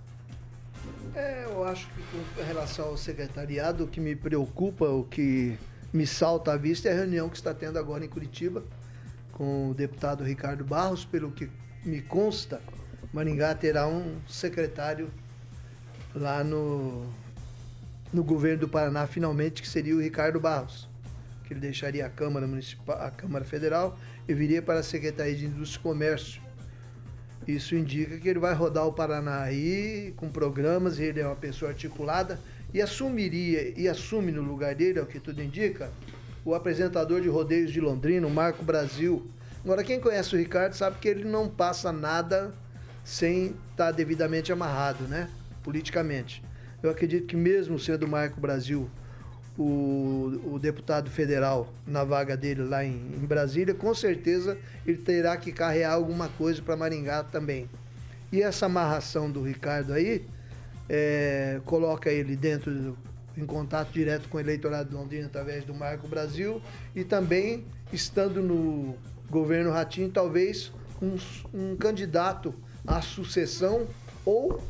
É, eu acho que com relação ao secretariado, o que me preocupa, o que me salta à vista é a reunião que está tendo agora em Curitiba com o deputado Ricardo Barros. Pelo que me consta, Maringá terá um secretário lá no, no governo do Paraná, finalmente, que seria o Ricardo Barros, que ele deixaria a Câmara Municipal, a Câmara Federal e viria para a Secretaria de Indústria e Comércio. Isso indica que ele vai rodar o Paraná aí com programas, e ele é uma pessoa articulada e assumiria, e assume no lugar dele, é o que tudo indica, o apresentador de rodeios de Londrina, o Marco Brasil. Agora, quem conhece o Ricardo sabe que ele não passa nada sem estar devidamente amarrado, né? Politicamente. Eu acredito que mesmo sendo o Marco Brasil o, o deputado federal na vaga dele lá em, em Brasília, com certeza ele terá que carregar alguma coisa para Maringá também. E essa amarração do Ricardo aí é, coloca ele dentro do, em contato direto com o eleitorado de Londrina através do Marco Brasil, e também estando no governo Ratinho, talvez um, um candidato à sucessão ou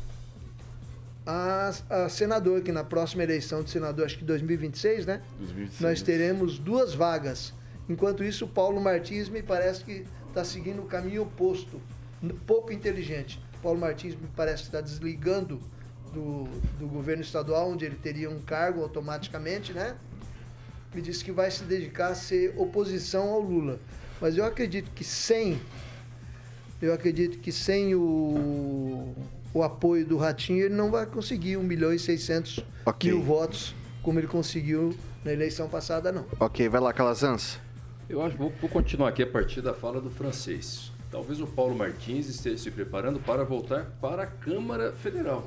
a, a senador, que na próxima eleição de senador, acho que dois mil e vinte e seis, né? dois mil e vinte e seis. Nós teremos duas vagas. Enquanto isso, o Paulo Martins me parece que está seguindo o caminho oposto, pouco inteligente. Paulo Martins me parece que está desligando do, do governo estadual, onde ele teria um cargo automaticamente, né? ele disse que vai se dedicar a ser oposição ao Lula. Mas eu acredito que sem, eu acredito que sem o, o apoio do Ratinho, ele não vai conseguir um milhão e seiscentos okay. mil votos, como ele conseguiu na eleição passada, não. Ok, vai lá, Calazans. Eu acho, vou, vou continuar aqui a partir da fala do francês. Talvez o Paulo Martins esteja se preparando para voltar para a Câmara Federal.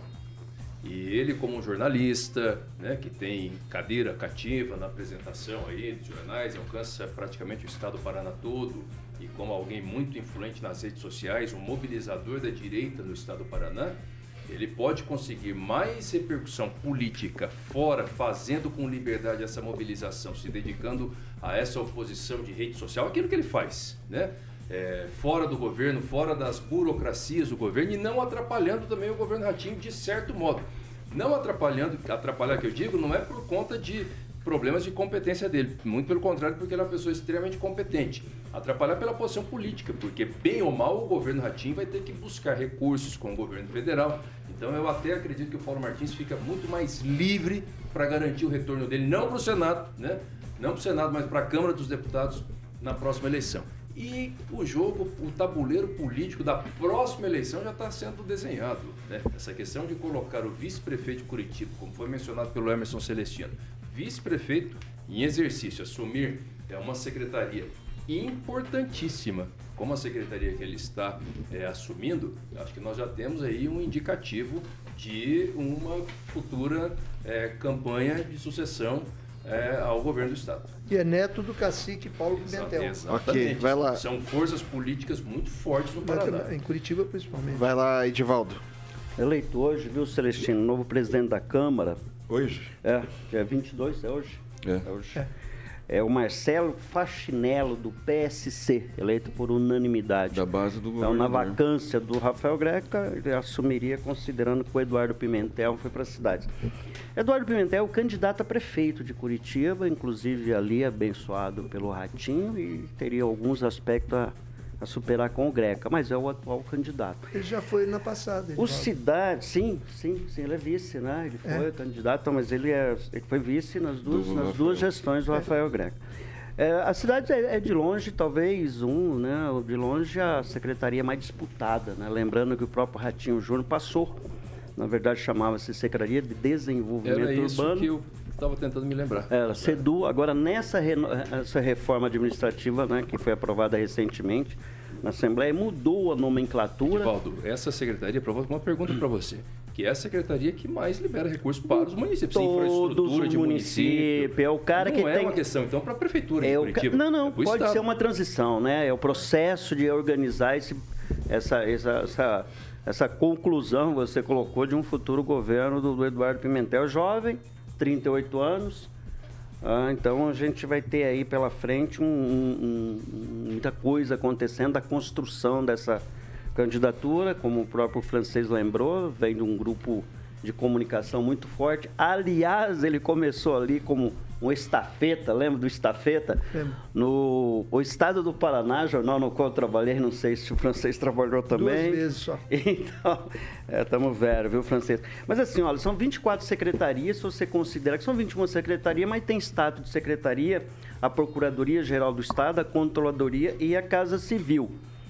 E ele, como um jornalista, né, que tem cadeira cativa na apresentação aí de jornais, alcança praticamente o estado do Paraná todo, e como alguém muito influente nas redes sociais, um mobilizador da direita no estado do Paraná, ele pode conseguir mais repercussão política fora, fazendo com liberdade essa mobilização, se dedicando a essa oposição de rede social, aquilo que ele faz, né? É, fora do governo, fora das burocracias do governo e não atrapalhando também o governo Ratinho de certo modo. Não atrapalhando, atrapalhar que eu digo, não é por conta de problemas de competência dele, muito pelo contrário, porque ele é uma pessoa extremamente competente. Atrapalhar pela posição política, porque bem ou mal o governo Ratinho vai ter que buscar recursos com o governo federal. Então eu até acredito que o Paulo Martins fica muito mais livre para garantir o retorno dele, não para o Senado, né? Não para o Senado, mas para a Câmara dos Deputados na próxima eleição. E o jogo, o tabuleiro político da próxima eleição já está sendo desenhado, né? Essa questão de colocar o vice-prefeito de Curitiba, como foi mencionado pelo Emerson Celestino, vice-prefeito em exercício, assumir é uma secretaria importantíssima, como a secretaria que ele está é, assumindo, acho que nós já temos aí um indicativo de uma futura é, campanha de sucessão É, ao governo do estado. E é neto do cacique Paulo Pimentel. Exatamente. Ok, vai lá. São forças políticas muito fortes no Paraná. Em Curitiba, principalmente. Vai lá, Edivaldo. Eleito hoje, viu, Celestino, novo presidente da Câmara. Hoje? É, dia vinte e dois, é hoje? É. É hoje. É. É o Marcelo Faxinello, do P S C, eleito por unanimidade. Da base do governo. Então, na né? vacância do Rafael Greca, ele assumiria, considerando que o Eduardo Pimentel foi para a cidade. Eduardo Pimentel é o candidato a prefeito de Curitiba, inclusive ali abençoado pelo Ratinho, e teria alguns aspectos a, a superar com o Greca, mas é o atual candidato. Ele já foi na passada. O Cidade, sim, sim, sim, ele é vice, né? Ele foi é. candidato, mas ele, é, ele foi vice nas duas, nas duas gestões do é. Rafael Greca. É, a cidade é, é de longe, talvez um, né? De longe a secretaria mais disputada, né? Lembrando que o próprio Ratinho Júnior passou. Na verdade, chamava-se Secretaria de Desenvolvimento Era Urbano. Isso que eu estava tentando me lembrar. Era, SEDU. Agora, nessa reno... essa reforma administrativa, né, que foi aprovada recentemente na Assembleia, mudou a nomenclatura. Edivaldo, essa secretaria, uma pergunta para você, que é a secretaria que mais libera recursos para os municípios, infraestrutura de município. É o cara não que é tem... uma questão, então, para a prefeitura é de Curitiba. Ca... Não, não, é pode estado. ser uma transição, né? É o processo de organizar esse, essa... essa, essa... Essa conclusão você colocou de um futuro governo do, do Eduardo Pimentel, jovem, trinta e oito anos. Ah, então a gente vai ter aí pela frente um, um, um, muita coisa acontecendo, a construção dessa candidatura, como o próprio francês lembrou, vem de um grupo de comunicação muito forte. Aliás, ele começou ali como um estafeta, lembra do estafeta? Lembra. No o Estado do Paraná, jornal no qual eu trabalhei, não sei se o francês trabalhou também. Duas vezes só. Então, estamos é, velho, viu, francês? Mas assim, olha, são vinte e quatro secretarias, se você considera que são vinte e uma secretarias, mas tem status de secretaria, a Procuradoria-Geral do Estado, a Controladoria e a Casa Civil.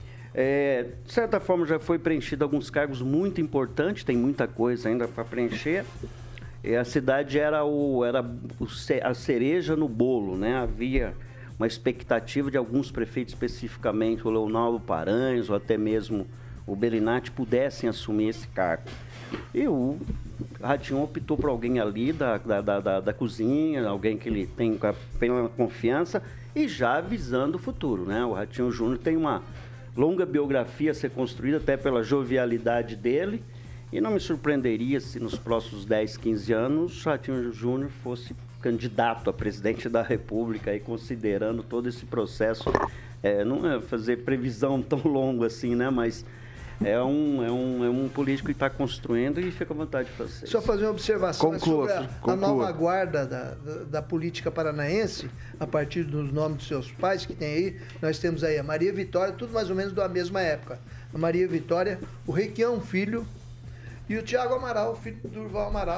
É, de certa forma já foi preenchido alguns cargos muito importantes, tem muita coisa ainda para preencher. E a cidade era, o, era o, a cereja no bolo, né? Havia uma expectativa de alguns prefeitos, especificamente o Leonardo Paranhos ou até mesmo o Bellinati, pudessem assumir esse cargo. E o Ratinho optou por alguém ali da, da, da, da cozinha, alguém que ele tem plena confiança e já visando o futuro, né? O Ratinho Júnior tem uma longa biografia a ser construída, até pela jovialidade dele, e não me surpreenderia se nos próximos dez, quinze anos Ratinho Júnior fosse candidato a presidente da República, e considerando todo esse processo, é, não é fazer previsão tão longa assim, né, mas é um, é um, é um político que está construindo e fica à vontade de fazer. Só fazer uma observação conclua, sobre a, a nova guarda da, da, da política paranaense, a partir dos nomes dos seus pais que tem aí. Nós temos aí a Maria Vitória, tudo mais ou menos da mesma época. A Maria Vitória, o Requião Filho e o Tiago Amaral, filho do Durval Amaral,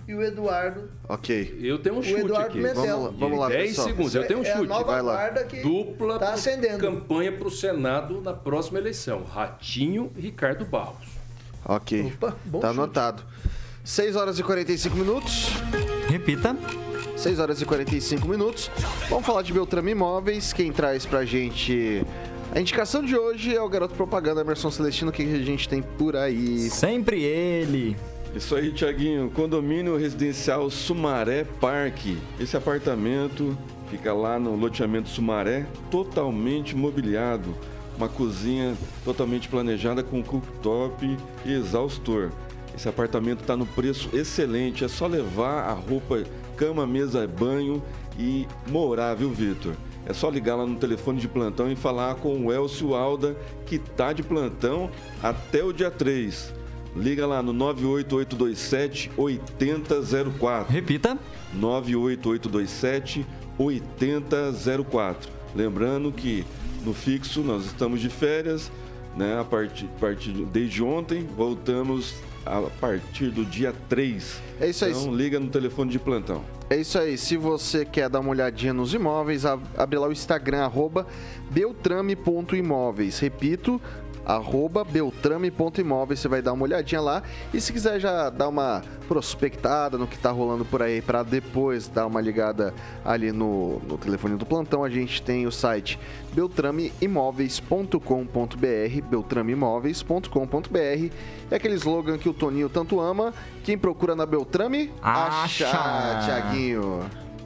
e o Eduardo. Ok. Eu tenho um chute Eduardo aqui. Pimentel. Vamos lá, vamos lá, dez pessoal. segundos, eu tenho um É a chute. nova vai lá. guarda que Dupla tá acendendo. campanha para o Senado na próxima eleição. Ratinho e Ricardo Barros. Ok. Opa, bom tá chute. anotado. seis horas e quarenta e cinco minutos. Repita. seis horas e quarenta e cinco minutos. Vamos falar de Beltrame Imóveis. Quem traz pra gente a indicação de hoje é o garoto propaganda Emerson Celestino. O que a gente tem por aí? Sempre ele. Isso aí, Tiaguinho. Condomínio residencial Sumaré Parque. Esse apartamento fica lá no loteamento Sumaré, totalmente mobiliado. Uma cozinha totalmente planejada com cooktop e exaustor. Esse apartamento está no preço excelente. É só levar a roupa, cama, mesa, banho e morar, viu, Vitor? É só ligar lá no telefone de plantão e falar com o Elcio Alda, que tá de plantão até o dia três. Liga lá no nove oito oito dois sete oito zero zero quatro. Repita. nove oito oito dois sete oito zero zero quatro. Lembrando que no fixo nós estamos de férias, né? A partir, partir desde ontem, voltamos a partir do dia três. É isso aí. Então liga no telefone de plantão. É isso aí. Se você quer dar uma olhadinha nos imóveis, abre lá o Instagram, arroba beltrame ponto imóveis. Repito, arroba beltrame ponto imóveis, você vai dar uma olhadinha lá. E se quiser já dar uma prospectada no que tá rolando por aí, para depois dar uma ligada ali no, no telefone do plantão, a gente tem o site beltrame imóveis ponto com ponto br, beltrame imóveis ponto com ponto br. É aquele slogan que o Toninho tanto ama: quem procura na Beltrame, acha, Acha. Tiaguinho.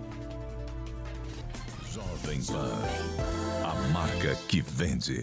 Jovem Pan, a marca que vende.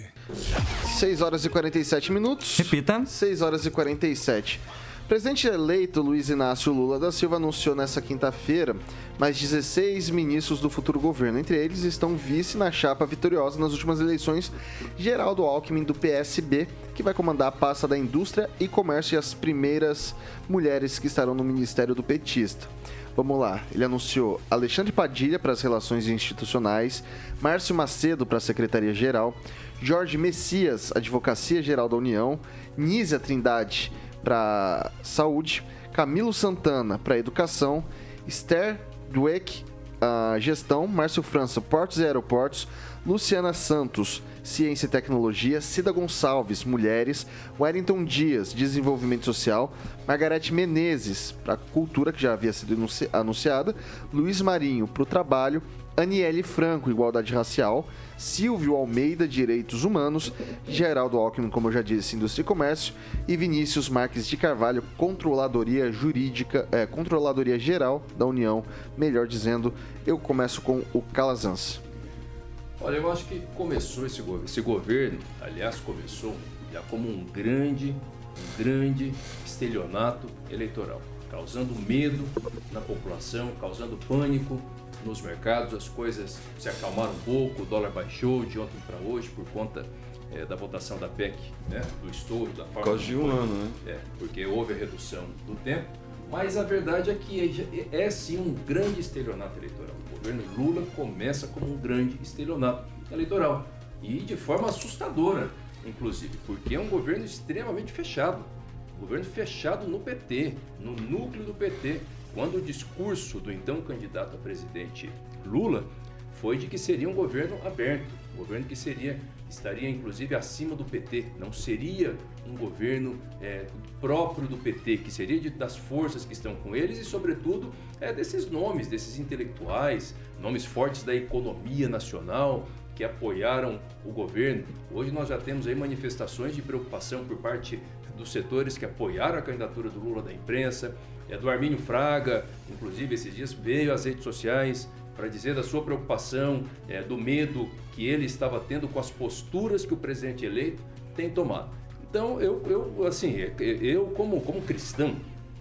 seis horas e quarenta e sete minutos. Repita. seis horas e quarenta e sete. O presidente eleito Luiz Inácio Lula da Silva anunciou nesta quinta-feira mais dezesseis ministros do futuro governo. Entre eles estão vice na chapa vitoriosa nas últimas eleições, Geraldo Alckmin, do P S B, que vai comandar a pasta da Indústria e Comércio, e as primeiras mulheres que estarão no ministério do petista. Vamos lá, ele anunciou Alexandre Padilha para as Relações Institucionais, Márcio Macedo para a Secretaria-Geral, Jorge Messias, Advocacia Geral da União, Nízia Trindade para Saúde, Camilo Santana para Educação, Esther Dweck, uh, Gestão, Márcio França, Portos e Aeroportos, Luciana Santos, Ciência e Tecnologia, Cida Gonçalves, Mulheres, Wellington Dias, Desenvolvimento Social, Margarete Menezes, para Cultura, que já havia sido anunciada, Luiz Marinho, para o Trabalho, Aniele Franco, Igualdade Racial, Silvio Almeida, Direitos Humanos, Geraldo Alckmin, como eu já disse, Indústria e Comércio, e Vinícius Marques de Carvalho, Controladoria Jurídica, é, Controladoria Geral da União, melhor dizendo. Eu começo com o Calazans. Olha, eu acho que começou esse governo, esse governo, aliás, começou já como um grande, um grande estelionato eleitoral, causando medo na população, causando pânico nos mercados. As coisas se acalmaram um pouco, o dólar baixou de ontem para hoje por conta é, da votação da P E C, né, do estouro, da forma... Por causa de um ano, né? É, porque houve a redução do tempo, mas a verdade é que é, é sim um grande estelionato eleitoral. O governo Lula começa como um grande estelionato eleitoral e de forma assustadora, inclusive, porque é um governo extremamente fechado, um governo fechado no P T, no núcleo do P T, quando o discurso do então candidato a presidente Lula foi de que seria um governo aberto, um governo que seria, estaria inclusive acima do P T, não seria um governo é, próprio do P T, que seria de, das forças que estão com eles e, sobretudo, é, desses nomes, desses intelectuais, nomes fortes da economia nacional que apoiaram o governo. Hoje nós já temos aí manifestações de preocupação por parte dos setores que apoiaram a candidatura do Lula da imprensa, é do Armínio Fraga, inclusive esses dias veio às redes sociais para dizer da sua preocupação, é, do medo que ele estava tendo com as posturas que o presidente eleito tem tomado. Então, eu, eu assim, eu como, como cristão,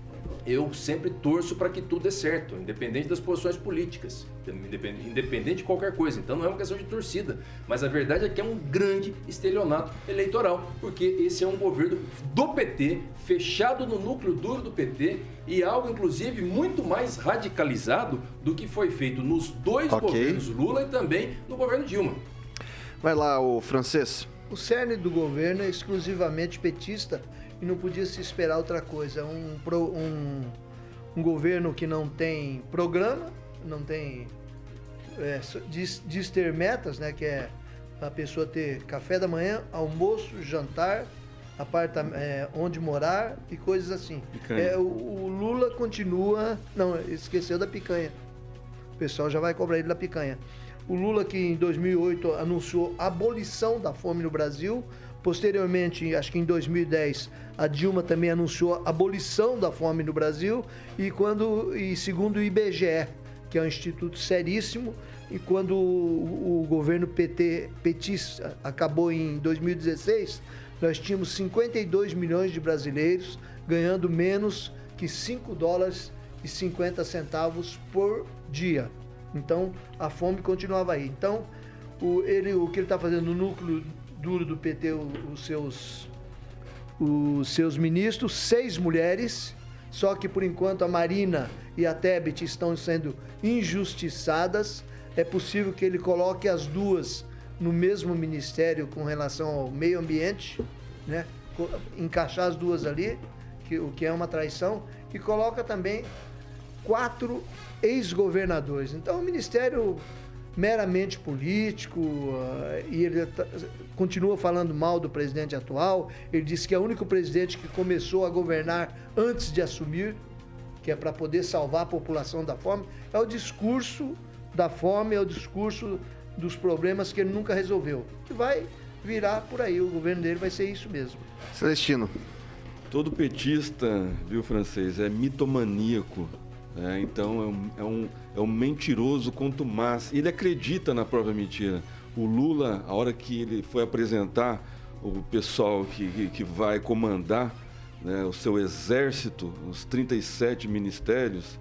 eu sempre torço para que tudo dê certo, independente das posições políticas, independente de qualquer coisa. Então não é uma questão de torcida, mas a verdade é que é um grande estelionato eleitoral, porque esse é um governo do P T, fechado no núcleo duro do P T, e algo inclusive muito mais radicalizado do que foi feito nos dois okay. governos Lula e também no governo Dilma. Vai lá, o francês. O cerne do governo é exclusivamente petista e não podia se esperar outra coisa. Um, um, um governo que não tem programa, não tem... É, diz, diz ter metas, né? Que é a pessoa ter café da manhã, almoço, jantar, apartamento, é, onde morar e coisas assim. É, o, o Lula continua... Não, esqueceu da picanha. O pessoal já vai cobrar ele da picanha. O Lula, que em dois mil e oito anunciou a abolição da fome no Brasil. Posteriormente, acho que em dois mil e dez, a Dilma também anunciou a abolição da fome no Brasil. E, quando, e segundo o I B G E, que é um instituto seríssimo, e quando o, o governo P T, petista acabou em dois mil e dezesseis, nós tínhamos cinquenta e dois milhões de brasileiros ganhando menos que cinco dólares e cinquenta centavos por dia. Então, a fome continuava aí. Então, o, ele, o que ele está fazendo no núcleo duro do P T, os seus, os seus ministros, seis mulheres, só que, por enquanto, a Marina e a Tebet estão sendo injustiçadas. É possível que ele coloque as duas no mesmo ministério com relação ao meio ambiente, né? Encaixar as duas ali, que, o que é uma traição, e coloca também quatro ex-governadores. Então, é um ministério meramente político, uh, e ele tá, continua falando mal do presidente atual. Ele disse que é o único presidente que começou a governar antes de assumir, que é para poder salvar a população da fome. É o discurso da fome, é o discurso dos problemas que ele nunca resolveu. Que vai virar por aí, o governo dele vai ser isso mesmo. Celestino. Todo petista, viu, Francês, é mitomaníaco. É, então é um, é, um, é um mentiroso contumaz. Ele acredita na própria mentira. O Lula, a hora que ele foi apresentar o pessoal que, que, que vai comandar, né, o seu exército, os trinta e sete ministérios,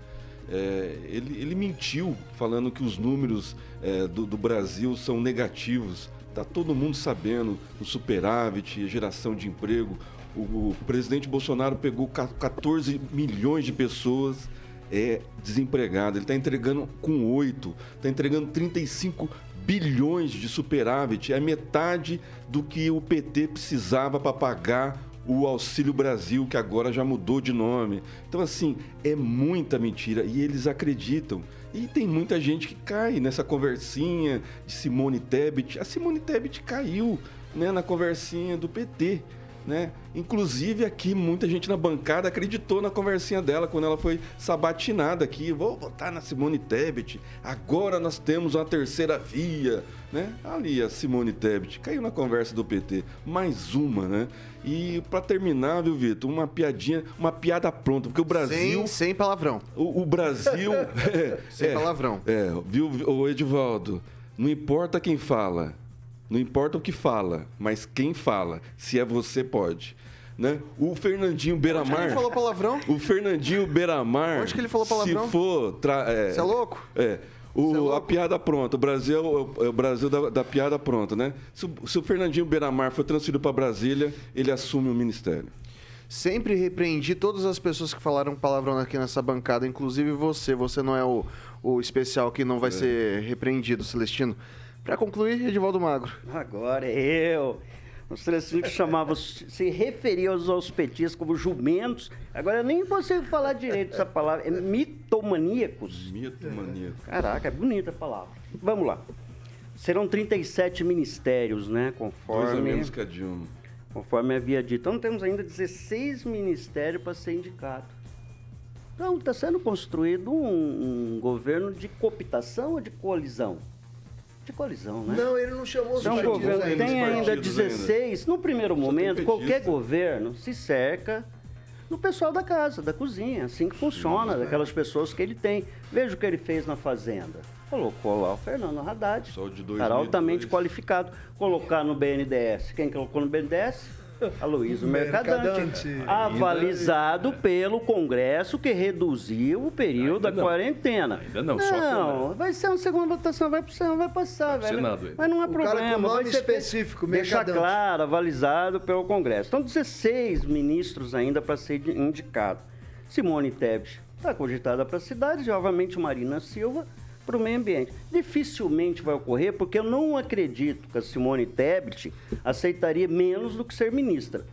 é, ele, ele mentiu falando que os números é, do, do Brasil são negativos. Está todo mundo sabendo o superávit, a geração de emprego. O, o presidente Bolsonaro pegou quatorze milhões de pessoas é desempregado, ele está entregando com oito, está entregando trinta e cinco bilhões de superávit, é metade do que o P T precisava para pagar o Auxílio Brasil, que agora já mudou de nome. Então, assim, é muita mentira e eles acreditam. E tem muita gente que cai nessa conversinha de Simone Tebet. A Simone Tebet caiu, né, na conversinha do P T. Né? Inclusive aqui muita gente na bancada acreditou na conversinha dela quando ela foi sabatinada aqui. Vou votar na Simone Tebet, agora nós temos uma terceira via, né? Ali a Simone Tebet caiu na conversa do P T, mais uma, né? E para terminar, viu, Vitor, uma piadinha, uma piada pronta, porque o Brasil... Sem, sem palavrão. O, o Brasil... é, sem é, palavrão. É, viu, o Edivaldo, não importa quem fala, não importa o que fala, mas quem fala. Se é você, pode. Né? O Fernandinho Beiramar... Onde ele falou palavrão? O Fernandinho Beiramar... Onde que ele falou palavrão? Se for... Tra... É, você é louco? É. O, é louco? A piada pronta. O Brasil é o, é o Brasil da, da piada pronta, né? Se, se o Fernandinho Beiramar for transferido para Brasília, ele assume o ministério. Sempre repreendi todas as pessoas que falaram palavrão aqui nessa bancada, inclusive você. Você não é o, o especial que não vai é. ser repreendido, Celestino. Para concluir, Edivaldo Magro. Agora eu. Os Celestino que chamavam, se referiam aos petistas como jumentos. Agora eu nem consigo falar direito essa palavra. É mitomaníacos. Mitomaníacos. Caraca, é bonita a palavra. Vamos lá. Serão trinta e sete ministérios, né? Conforme. Dois a menos que a Dilma. Conforme havia dito. Então temos ainda dezesseis ministérios para ser indicado. Então está sendo construído um, um governo de cooptação ou de coalizão? De coalizão, né? Não, ele não chamou os então, partidos governo, ainda. Tem ainda dezesseis. Ainda. No primeiro momento, qualquer governo se cerca no pessoal da casa, da cozinha. Assim que funciona, Sim, daquelas é. pessoas que ele tem. Veja o que ele fez na Fazenda. Colocou lá o Fernando Haddad, cara altamente qualificado. Colocar no B N D E S. Quem colocou no B N D E S? Aloysio Mercadante, Mercadante, avalizado pelo Congresso, que reduziu o período ainda da não. quarentena. Ainda não, não só Não, vai ser uma segunda votação, vai pro Senado, vai passar, vai velho. Senado, mas não é o problema. Cara com nome vai ser específico, Deixar claro, avalizado pelo Congresso. Então, dezesseis ministros ainda para ser indicado. Simone Tebet está cogitada para a cidade, obviamente Marina Silva para o meio ambiente. Dificilmente vai ocorrer, porque eu não acredito que a Simone Tebet aceitaria menos do que ser ministra.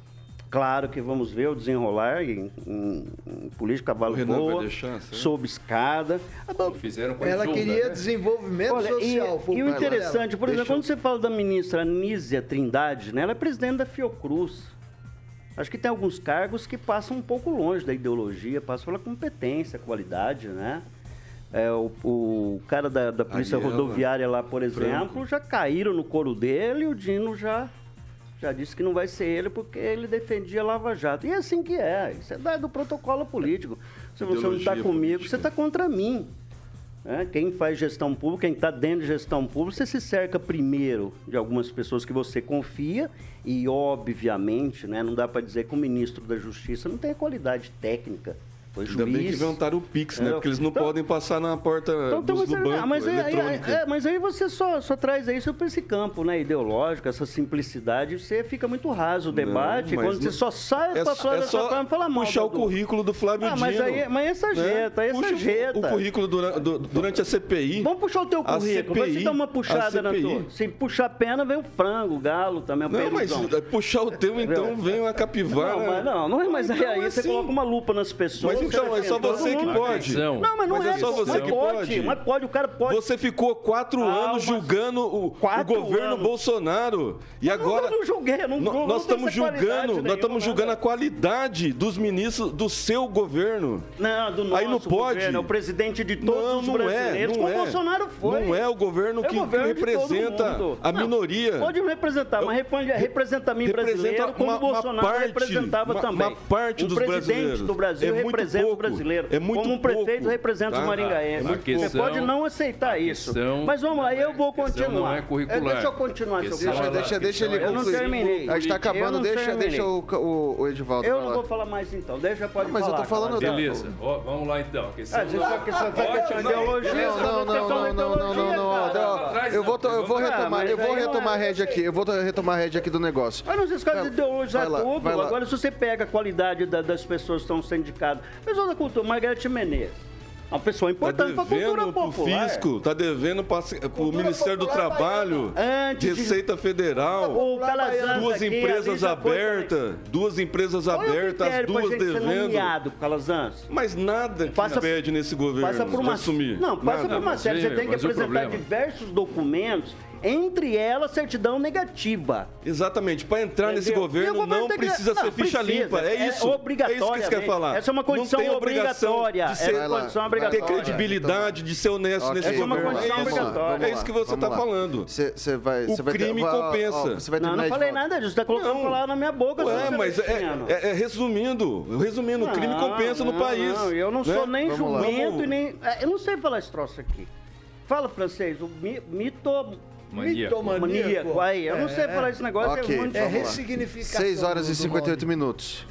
Claro que vamos ver o desenrolar em, em, em política cavalo voa, sob escada. Fizeram com Ela Junda, queria né? desenvolvimento Olha, social. E, e o interessante, por exemplo, Deixa eu- quando você fala da ministra Anísia Trindade, né, ela é presidente da Fiocruz. Acho que tem alguns cargos que passam um pouco longe da ideologia, passam pela competência, qualidade, né? É, o, o cara da, da Polícia Ariela, Rodoviária lá, por exemplo, Franco. já caíram no coro dele e o Dino já... Já disse que não vai ser ele porque ele defendia Lava Jato. E é assim que é. Isso é do protocolo político. Se você não está Ideologia comigo, política. você está contra mim. Né? Quem faz gestão pública, quem está dentro de gestão pública, você se cerca primeiro de algumas pessoas que você confia e, obviamente, né, não dá para dizer que o ministro da Justiça não tem a qualidade técnica. Foi Ainda bem que juiz. inventaram o Pix, né? É, Porque eles não então- podem passar na porta Então, do, então, do mas, banco ah, mas, aí, aí, eletrônica. é, mas aí você só, só traz isso para esse campo, né, ideológico, essa simplicidade, você fica muito raso o debate, mas quando não- você só sai É, para fora é dessa forma e fala só mal. puxar o do- currículo do Flávio Ah, Dino. mas aí, mas aí essa jeta, aí essa Puxa jeta. o currículo durante, du- durante a C P I. Vamos puxar o teu A currículo, C P I, vai se dar uma puxada a na C P I. tua. Se puxar a perna, vem o frango, o galo também, o Não, mas peruzão. puxar o teu, então, vem uma capivara. Não, mas não, não é, mas aí, Então, aí você assim. coloca uma lupa nas pessoas. Mas então, é só defende todo você que mundo. pode. Não, mas não Mas é, é só você mas que pode, pode. Mas pode, o cara pode. Você ficou quatro Ah, anos mas- julgando o, o Quatro governo anos. Bolsonaro. E agora. Eu não julguei, eu não, No- não, nós não tem estamos essa qualidade julgando, nós nenhuma, estamos julgando nada. a qualidade dos ministros do seu governo. Não, do nosso Aí não pode. governo, é o presidente de todos Não, os não é, brasileiros, não como é. o Bolsonaro foi. Não é o governo É o que, governo que de todo representa mundo. a Não, minoria. Pode me representar, mas representa, representa a mim representa brasileiro, como uma- o Bolsonaro uma parte, representava uma- também. uma parte um dos presidente brasileiros. do Brasil É muito representa pouco. o brasileiro. É muito como um prefeito pouco, representa tá? os maringaenses. É muito Você pouco. pode não aceitar isso. questão Mas vamos lá, eu vou questão continuar. não é curricular. É, deixa eu continuar, seu Questão Deixa, Carlos. deixa, deixa ele Eu não concluir. terminei. A gente tá Eu acabando, não deixa, terminei. deixa o, o, o Edivaldo Eu falar. não vou falar mais então, deixa, pode Não, mas eu falar. tô falando Carlos. Beleza, ó, vamos lá então. A questão Ah, você só que você vai Ótimo, questão de ideologia. Não, não, não, não, não, não, não, não, não. Eu vou, to- eu vou Ah, retomar, mas eu vou aí não retomar a é- rédea aqui. Eu vou to- retomar a rédea aqui do negócio. Mas não se esquece de ideologizar vai lá, tudo. vai lá. Agora, se você pega a qualidade da- das pessoas que estão sendo indicadas, pessoas da cultura, Margarete Menezes, uma pessoa Tá importante para a cultura devendo pro popular. fisco, tá devendo para o Ministério do Popular Trabalho, Antes de- Receita Federal, O Calazans duas aqui, ali empresas já foi abertas, duas empresas também. Qual é o abertas, as critério pra duas gente ser devendo. nomeado, Calazans? Mas nada que Passa- impede nesse governo Passa por de uma, assumir. não, passa Nada. por uma mas série. Você aí, tem que mas o apresentar problema- diversos documentos, entre elas certidão negativa. Exatamente, para entrar nesse Entendeu? E governo o governo não tem que- precisa não, ser ficha precisa. limpa. É É isso. obrigatoriamente. É isso que você quer falar. Essa é uma condição não tem obrigação obrigatória. de É ser, uma condição Vai lá, obrigatória. ter credibilidade, de ser honesto Ok, nesse Essa é uma governo. condição É isso. obrigatória. É isso que você está falando. Você você vai, O você vai ter- crime vai- ó, compensa. ó, Você vai Não, terminar não falei de volta. nada disso. Você tá colocando Não. palavra na minha boca. Ué, seu mas é, Celestino. é- é resumindo, resumindo, o crime Não, compensa no não, país. Não, eu não né? sou nem Vamos lá. jumento Vamos- e nem. é, Eu não sei falar esse troço aqui. Fala francês, o mi, mito. Maníaco. Maníaco. Aí, eu não sei falar esse negócio. Ok, é muito É vamos lá. ressignificação. seis horas e do cinquenta e oito nome. minutos.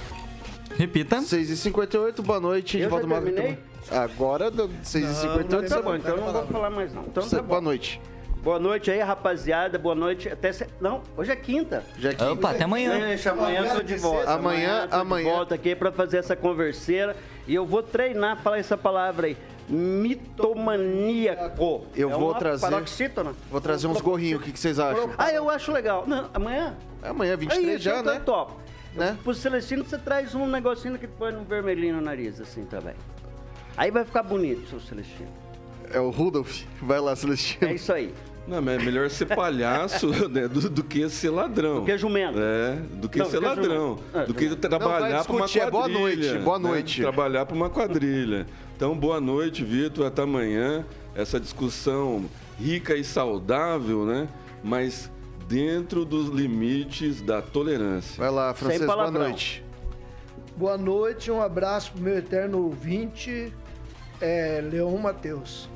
Repita. seis e cinquenta e oito, boa noite. Eu já Edivaldo Magro. terminei? Agora, seis e cinquenta e oito, Tá você bom, então eu não vou falar mais não. Então tá Boa bom. noite. Boa noite aí, rapaziada. Boa noite. Até se... Não, hoje é quinta. Já que Opa, até amanhã. Deixa, amanhã eu tô de volta. Amanhã- eu tô amanhã- de volta aqui pra fazer essa converseira. E eu vou treinar falar essa palavra aí. Mitomaníaco. Eu é vou uma trazer- paroxítona. vou trazer uns gorrinhos. O que que vocês acham? Ah, eu acho legal. Não, amanhã? É amanhã, vinte e É três isso, já, então né? top. Né? Pro Celestino, você traz um negocinho que põe no vermelhinho no nariz, assim, também. Aí vai ficar bonito, seu Celestino. É o Rudolf. Vai lá, Celestino. É isso aí. Não, mas é melhor ser palhaço né, do, do que ser ladrão. Do que jumento. É, do que Não, ser do que ladrão. jumento. Ah, do que jumento. trabalhar para uma discutir, é boa quadrilha. noite, boa né? noite. Trabalhar para uma quadrilha. Então, boa noite, Vitor. Até amanhã. Essa discussão rica e saudável, né? Mas dentro dos limites da tolerância. Vai lá, Francês, boa palavrão. noite. Boa noite, um abraço pro meu eterno ouvinte, é, Leon Matheus.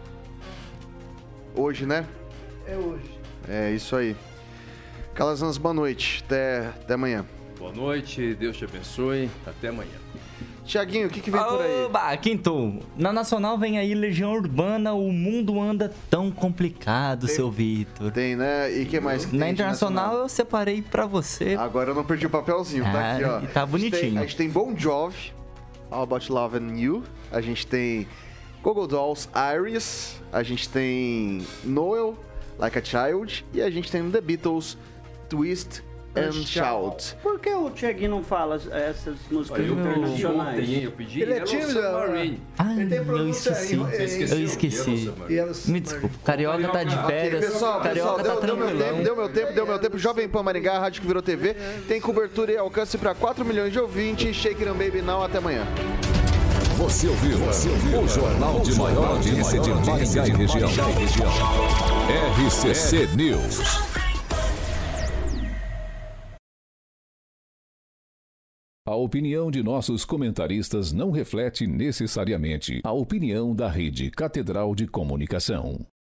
Hoje, né? É hoje. É isso aí. Calazans, boa noite. Até, até amanhã. Boa noite, Deus te abençoe. Até amanhã. Tiaguinho, o que, que vem por aí? Oba, quinto. Na Nacional vem aí Legião Urbana, o mundo anda tão complicado, seu Vitor. Tem, né? E o que mais que tem Na de Internacional eu separei pra você. Agora eu não perdi o papelzinho, tá Ah, aqui, ó. e tá A gente tem- bonitinho. A gente tem Bon Jovi, All About Love and You. A gente tem Google Dolls, Iris. A gente tem Noel, Like a Child. E a gente tem The Beatles, Twist and Shout. Por que o Thiaguinho não fala essas músicas eu internacionais? Ontem, eu pedi Ele é tímido. Ah, Ele tem eu pronúncia esqueci. em- em- Eu esqueci. Me desculpa. Carioca tá de férias. Pessoal, pessoal, Carioca deu, tá deu meu tempo, tranquilão. deu meu tempo, deu meu tempo. Jovem Pan Maringá, a rádio que virou T V, tem cobertura e alcance para quatro milhões de ouvintes. Shake It Baby Now, até amanhã. Você ouviu, você ouviu o jornal de maior audiência de Maringá e região. R C C News. A opinião de nossos comentaristas não reflete necessariamente a opinião da Rede Catedral de Comunicação.